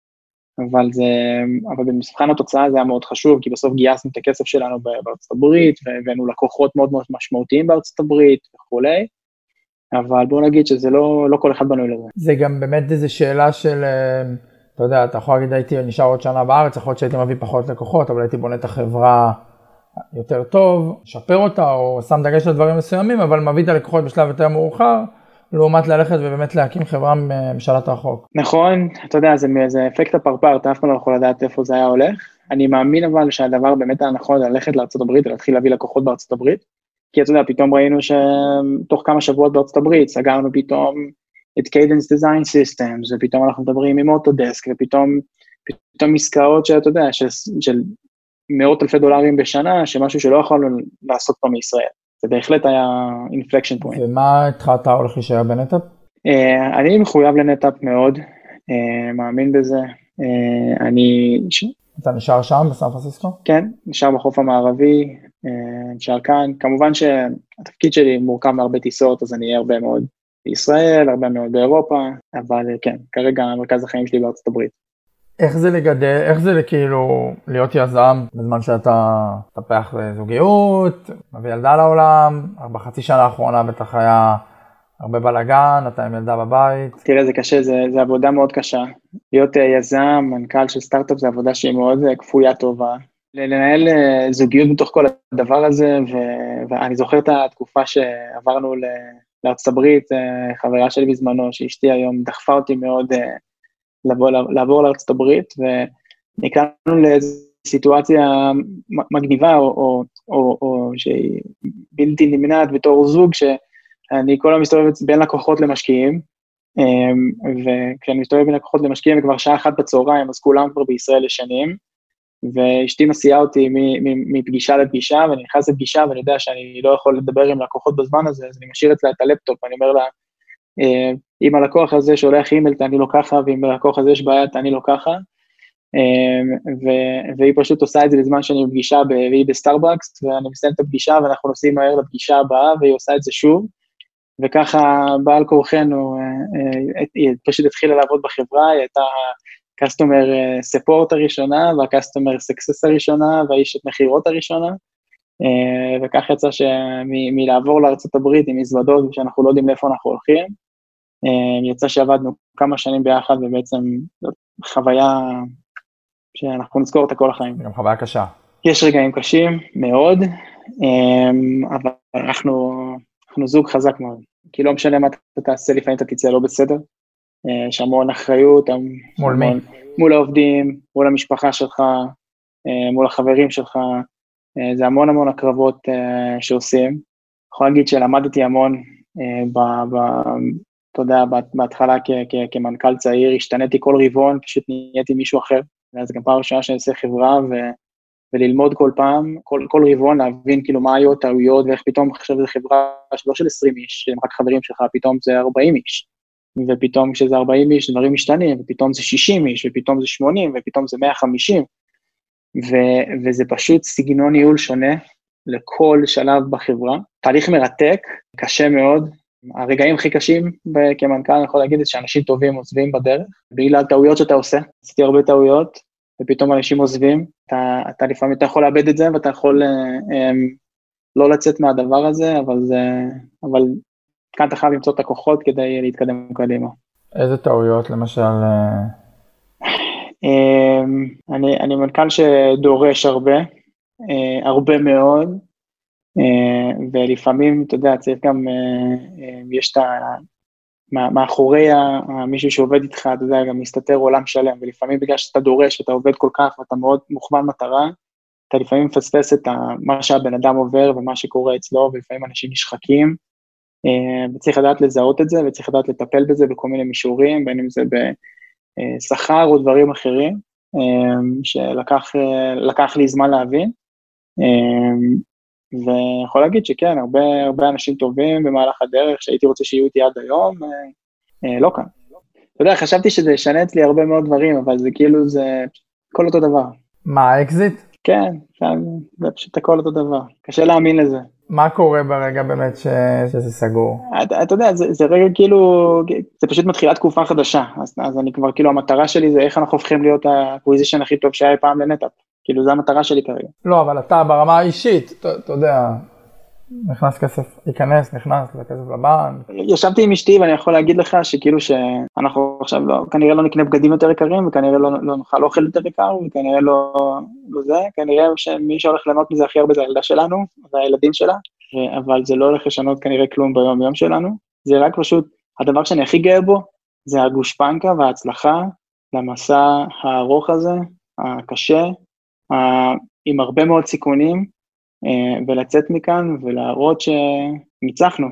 C: אבל במבחן התוצאה זה היה מאוד חשוב, כי בסוף גייסנו את הכסף שלנו בארצות הברית, והבאנו לקוחות מאוד מאוד משמעותיים בארצות הברית וכולי, אבל בואו נגיד שזה לא כל אחד בנוי לזה.
A: זה גם באמת איזו שאלה של, אתה יודע, אתה יכול להגיד הייתי נשאר עוד שנה בארץ, יכול להיות שהייתי מביא פחות לקוחות, אבל הייתי בונה את החברה יותר טוב, שפר אותה או שם דגש על דברים מסוימים, אבל מביא את הלקוחות בשלב יותר מאוחר, לעומת ללכת ובאמת להקים חברה משלט רחוק.
C: נכון, אתה יודע, זה אפקט הפרפר, אתה אף פעם לא יכול לדעת איפה זה היה הולך. אני מאמין אבל שהדבר באמת הנכון ללכת לארצות הברית, ולהתחיל להביא לקוחות בארצות הברית, כי אתה יודע, פתאום ראינו שתוך כמה שבועות בארצות הברית, סגרנו פתאום את Cadence Design Systems, ופתאום אנחנו מדברים עם אוטודסק, ופתאום עסקאות שאתה יודע, של מאות אלפי דולרים בשנה, שמשהו שלא יכולנו לעשות פה מישראל. זה בהחלט היה inflection point.
A: ומה התחלת הולך להישאר בנטאפ?
C: אני מחויב לנטאפ מאוד, מאמין בזה.
A: אתה נשאר שם בסן פרנסיסקו?
C: כן, נשאר בחוף המערבי, נשאר כאן. כמובן שהתפקיד שלי מורכב מהרבה טיסות, אז אני אהיה הרבה מאוד בישראל, הרבה מאוד באירופה, אבל כן, כרגע מרכז החיים שלי בארצות הברית.
A: איך זה לגדל, איך זה כאילו להיות יזם בזמן שאתה תפח זוגיות, מביא ילדה לעולם, בחצי שנה האחרונה בטח היה הרבה בלגן, אתה עם ילדה בבית. תראה, זה קשה, זה עבודה מאוד קשה. להיות יזם, מנכ"ל של סטארט-אפ, זה עבודה שהיא מאוד כפויה טובה. לנהל זוגיות בתוך כל הדבר הזה, ואני זוכר את התקופה שעברנו לארצות הברית, חברה שלי בזמנו, שאשתי היום דחפה אותי מאוד לעבור לארצות הברית, ונקלענו לאיזו סיטואציה מגניבה, או שהיא בלתי נמנעת בתור זוג, שאני כל הזמן מסתובבת בין לקוחות למשקיעים, וכשאני מסתובב בין לקוחות למשקיעים, וכבר שעה 1 בצהריים, אז כולם כבר בישראל לשנים, ואשתי מסיעה אותי מפגישה לפגישה, ואני נכנס לפגישה, ואני יודע שאני לא יכול לדבר עם לקוחות בזמן הזה, אז אני משאיר אצלה את הלפטופ, ואני אומר לה, אם הלקוח הזה שולח אימייל, תעני לו ככה, ואם הלקוח הזה יש בעיה, תעני לו ככה, והיא פשוט עושה את זה בזמן שאני בפגישה, והיא בסטארבקס, ואני מסיים את הפגישה, ואנחנו נוסעים מהר לפגישה הבאה, והיא עושה את זה שוב, וככה בעל כורחנו, היא פשוט התחילה לעבוד בחברה, היא הייתה ה-Customer Support הראשונה, וה-Customer Success הראשונה, והאישת מחירות הראשונה, וכך יצא שמלעבור לארצות הברית עם מזוודות, ושאנחנו לא יודעים לאיפה אנחנו הולכים, יצא שעבדנו כמה שנים ביחד, ובעצם זאת חוויה שאנחנו נזכור אותה כל החיים. גם חוויה קשה. יש
C: רגעים קשים מאוד, אבל אנחנו זוג חזק מאוד, כי לא משנה מה אתה תעשה, לפעמים אתה תצא לא בסדר, יש המון אחריות,
A: מול מי?
C: מול העובדים, מול המשפחה שלך, מול החברים שלך, זה המון הקרבות שעושים. יכול להגיד שלמדתי המון, אתה יודע, בהתחלה כמנכ"ל צעיר, השתניתי כל רבעון, פשוט נהייתי מישהו אחר, ואז גם פעם ראשונה שאני עושה חברה, וללמוד כל פעם, כל רבעון, להבין כאילו מה היו הטעויות, ואיך פתאום עכשיו זו חברה שלא של 20 איש, שהם רק חברים שלך, פתאום זה 40 איש, ופתאום כשזה 40 איש, דברים משתנים, ופתאום זה 60 איש, ופתאום זה 80, ופתאום זה 150, וזה פשוט סגנון ניהול שונה לכל שלב בחברה. תהליך מרתק, קשה מאוד. הרגעים הכי קשים כמנכ"ל, אני יכול להגיד, שאנשים טובים עוזבים בדרך, בגלל טעויות שאתה עושה. עשיתי הרבה טעויות, ופתאום אנשים עוזבים. אתה לפעמים אתה יכול לאבד את זה, ואתה יכול לא לצאת מהדבר הזה, אבל כאן אתה חייב למצוא את הכוחות כדי להתקדם קדימה.
A: איזה טעויות, למשל?
C: אני מנכ"ל שדורש הרבה מאוד, ולפעמים, אתה יודע, צריך גם, יש את מאחורי מישהו שעובד איתך, אתה יודע, גם מסתתר עולם שלם, ולפעמים בגלל שאתה דורש, ואתה עובד כל כך, ואתה מאוד מוכוון מטרה, אתה לפעמים מפספס את מה שהבן אדם עובר, ומה שקורה אצלו, ולפעמים אנשים נשחקים, וצריך לדעת לזהות את זה, וצריך לדעת לטפל בזה בכל מיני מישורים, בין אם זה בשכר או דברים אחרים, שלקח לי זמן להבין, ויכול להגיד שכן, הרבה אנשים טובים במהלך הדרך, שהייתי רוצה שיהיו איתי עד היום, לא כאן. אתה יודע, חשבתי שזה ישנה אצלי הרבה מאוד דברים, אבל זה כאילו, זה כל אותו דבר.
A: מה, אקזיט?
C: כן, זה פשוט הכל אותו דבר. קשה להאמין לזה.
A: מה קורה ברגע באמת שזה סגור?
C: אתה יודע, זה רגע כאילו, זה פשוט מתחילה תקופה חדשה, אז אני כבר כאילו, המטרה שלי זה איך אנחנו הופכים להיות האקוויזישן הכי טוב שהיה פעם לנטאפ. כאילו, זו המטרה שלי כרגע.
A: לא, אבל אתה ברמה האישית, אתה יודע, נכנס כסף, ייכנס, נכנס לכסף לבנק.
C: ישבתי עם אשתי ואני יכול להגיד לך שכאילו שאנחנו עכשיו כנראה לא נקנה בגדים יותר יקרים, וכנראה לא נאכל אוכל יותר יקר, וכנראה לא זה, כנראה שמי שהולך ליהנות מזה הכי הרבה זה הילדה שלנו, והילדים שלה, אבל זה לא הולך לשנות כנראה כלום ביום יום שלנו, זה רק פשוט, הדבר שאני הכי גאה בו, זה הגושפנקה וההצלחה למסע הארוך הזה, הקשה, עם הרבה מאוד סיכונים, ולצאת מכאן ולהראות שניצחנו,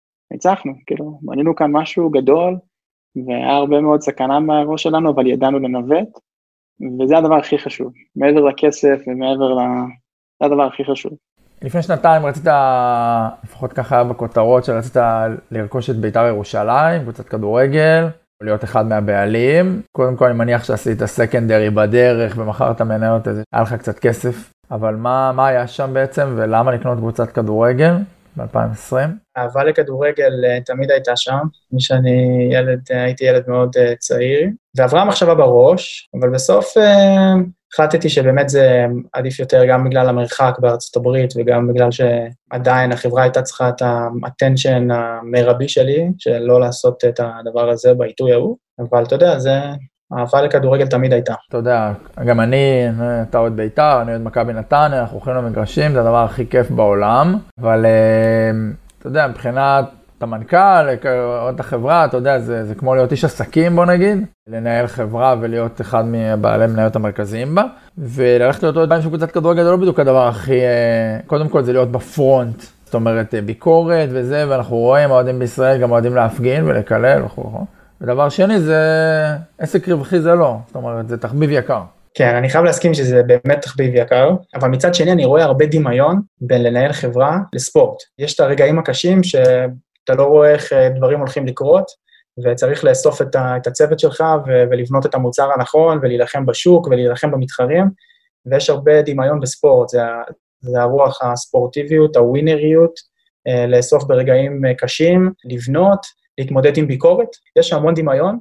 C: כאילו, בנינו כאן משהו גדול, והיה הרבה מאוד סכנה מהראש שלנו, אבל ידענו לנווט, וזה הדבר הכי חשוב, מעבר לכסף ומעבר זה הדבר הכי חשוב.
A: לפני שנתיים רצית, לפחות ככה בכותרות, שרצית לרכוש את בית"ר ירושלים, קבוצת כדורגל, להיות אחד מהבעלים. קודם כל אני מניח שעשית סקנדרי בדרך ומחרת מניות, היה לך קצת כסף. אבל מה היה שם בעצם ולמה לקנות קבוצת כדורגל ב-2020?
D: אהבה לכדורגל תמיד הייתה שם, משאני הייתי ילד מאוד צעיר, ועברה מחשבה בראש, אבל בסוף החלטתי שבאמת זה עדיף יותר גם בגלל המרחק בארצות הברית, וגם בגלל שעדיין החברה הייתה צריכה את האטנשן המרבי שלי, של לא לעשות את הדבר הזה בעיתוי ההוא, אבל אתה יודע, זה אהבה לכדורגל תמיד הייתה.
A: אתה יודע, גם אתה אוהד בית"ר, אני אוהד מכבי נתניה, אנחנו הולכים למגרשים, זה הדבר הכי כיף בעולם, אבל אתה יודע, מבחינת המנכ"ל, עוד החברה, אתה יודע, זה כמו להיות איש עסקים, בוא נגיד, לנהל חברה ולהיות אחד מבעלי מניות המרכזיים בה, וללכת להיות עוד פעם של קבוצת כדורגל, זה לא בדיוק הדבר הכי, קודם כל זה להיות בפרונט, זאת אומרת, ביקורת וזה, ואנחנו רואים, אוהדים בישראל גם אוהדים להפגין ולקלל וכו'. ודבר שני זה עסק רווחי זה לא, זאת אומרת, זה תחביב יקר.
D: כן, אני חייב להסכים שזה באמת תחביב יקר, אבל מצד שני אני רואה הרבה דמיון בין לנהל חברה לספורט. יש את הרגעים הקשים שאתה לא רואה איך דברים הולכים לקרות, וצריך לאסוף את הצוות שלך ולבנות את המוצר הנכון, ולהילחם בשוק ולהילחם במתחרים, ויש הרבה דמיון בספורט, זה הרוח הספורטיביות, הווינריות, לאסוף ברגעים קשים, לבנות, להתמודד עם ביקורת, יש המון דמיון,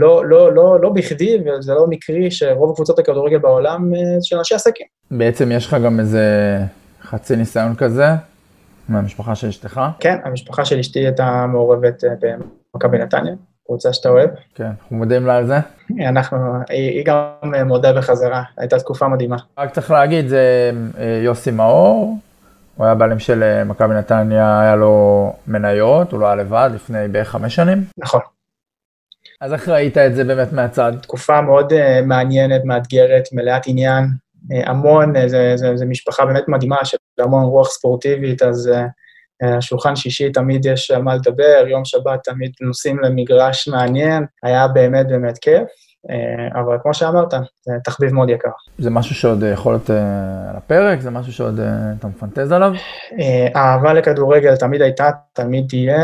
D: ולא בכדי, וזה לא מקרי שרוב קבוצות הכדורגל בעולם של אנשי עסקים.
A: בעצם יש לך גם איזה חצי ניסיון כזה, מהמשפחה של אשתך?
D: כן, המשפחה של אשתי הייתה מעורבת במכבי נתניה, קבוצה שאתה אוהב.
A: כן, אנחנו מודים לה על זה.
D: היא גם מודה בחזרה, הייתה תקופה מדהימה.
A: רק צריך להגיד, זה יוסי מאור, הוא היה בעלים של מכבי נתניה, היה לו מניות, הוא לא היה לבד לפני בערך 5 שנים.
D: נכון.
A: אז איך ראית את זה באמת מהצד?
D: תקופה מאוד מעניינת, מאתגרת, מלאת עניין, המון, זה משפחה באמת מדהימה של המון רוח ספורטיבית, אז שולחן שישי תמיד יש מה לדבר, יום שבת תמיד נוסעים למגרש מעניין, היה באמת באמת כיף. אבל כמו שאמרת, זה תחביב מאוד יקר.
A: זה משהו שעוד יכול להיות על הפרק? זה משהו שעוד אתה מפנטז עליו?
D: אהבה לכדורגל תמיד הייתה, תמיד תהיה,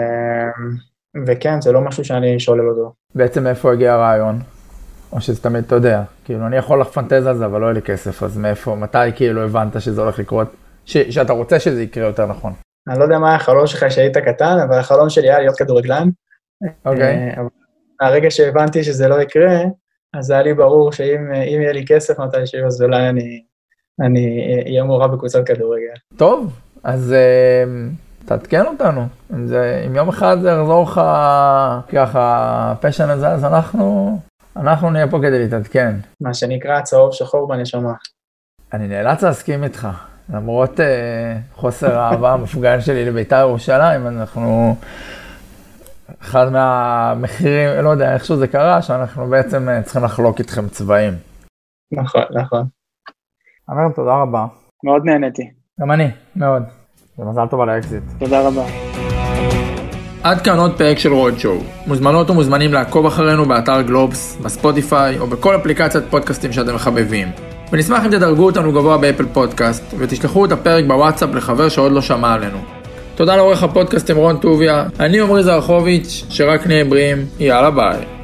D: וכן, זה לא משהו שאני שולל אותו.
A: בעצם מאיפה הגיע הרעיון? או שזה תמיד, אתה יודע, כאילו אני יכול לפנטז על זה, אבל לא יהיה לי כסף, אז מאיפה, מתי כאילו הבנת שזה הולך לקרות, שאתה רוצה שזה יקרה יותר נכון?
D: אני לא יודע מה החלום שלך שהיית קטן, אבל החלום שלי היה להיות כדורגלן.
A: אוקיי.
D: הרגע שהבנתי שזה לא יקרה, אז היה לי ברור שאם יהיה לי כסף מתישהו, אז אולי אני אהיה מעורב בקבוצת כדורגל.
A: טוב, אז תעדכן אותנו. אם יום אחד זה יחזור לך ככה הפשן הזה, אז אנחנו נהיה פה כדי להתעדכן.
D: מה שנקרא צהוב שחור בנשמה.
A: אני נאלץ להסכים איתך, למרות חוסר האהבה המפוגן שלי לבית"ר ירושלים, אחד מהמחירים, לא יודע, איכשהו זה קרה, שאנחנו בעצם צריכים לחלוק איתכם צבעים.
D: נכון, נכון.
A: אמרם, תודה רבה.
C: מאוד נהניתי.
A: גם אני, מאוד. ומזל טוב על האקזיט.
C: תודה רבה.
A: עד כאן עוד פרק של רודשואו. מוזמנות ומוזמנים לעקוב אחרינו באתר גלובס, בספוטיפיי או בכל אפליקציית פודקאסטים שאתם מחבבים. ונשמח אם תדרגו אותנו גבוה באפל פודקאסט ותשלחו את הפרק בוואטסאפ לחבר שעוד לא שמע עלינו. תודה לעורך הפודקאסט רון טוביה, אני עומרי זרחוביץ', שרק נהיה בריאים, יאללה ביי.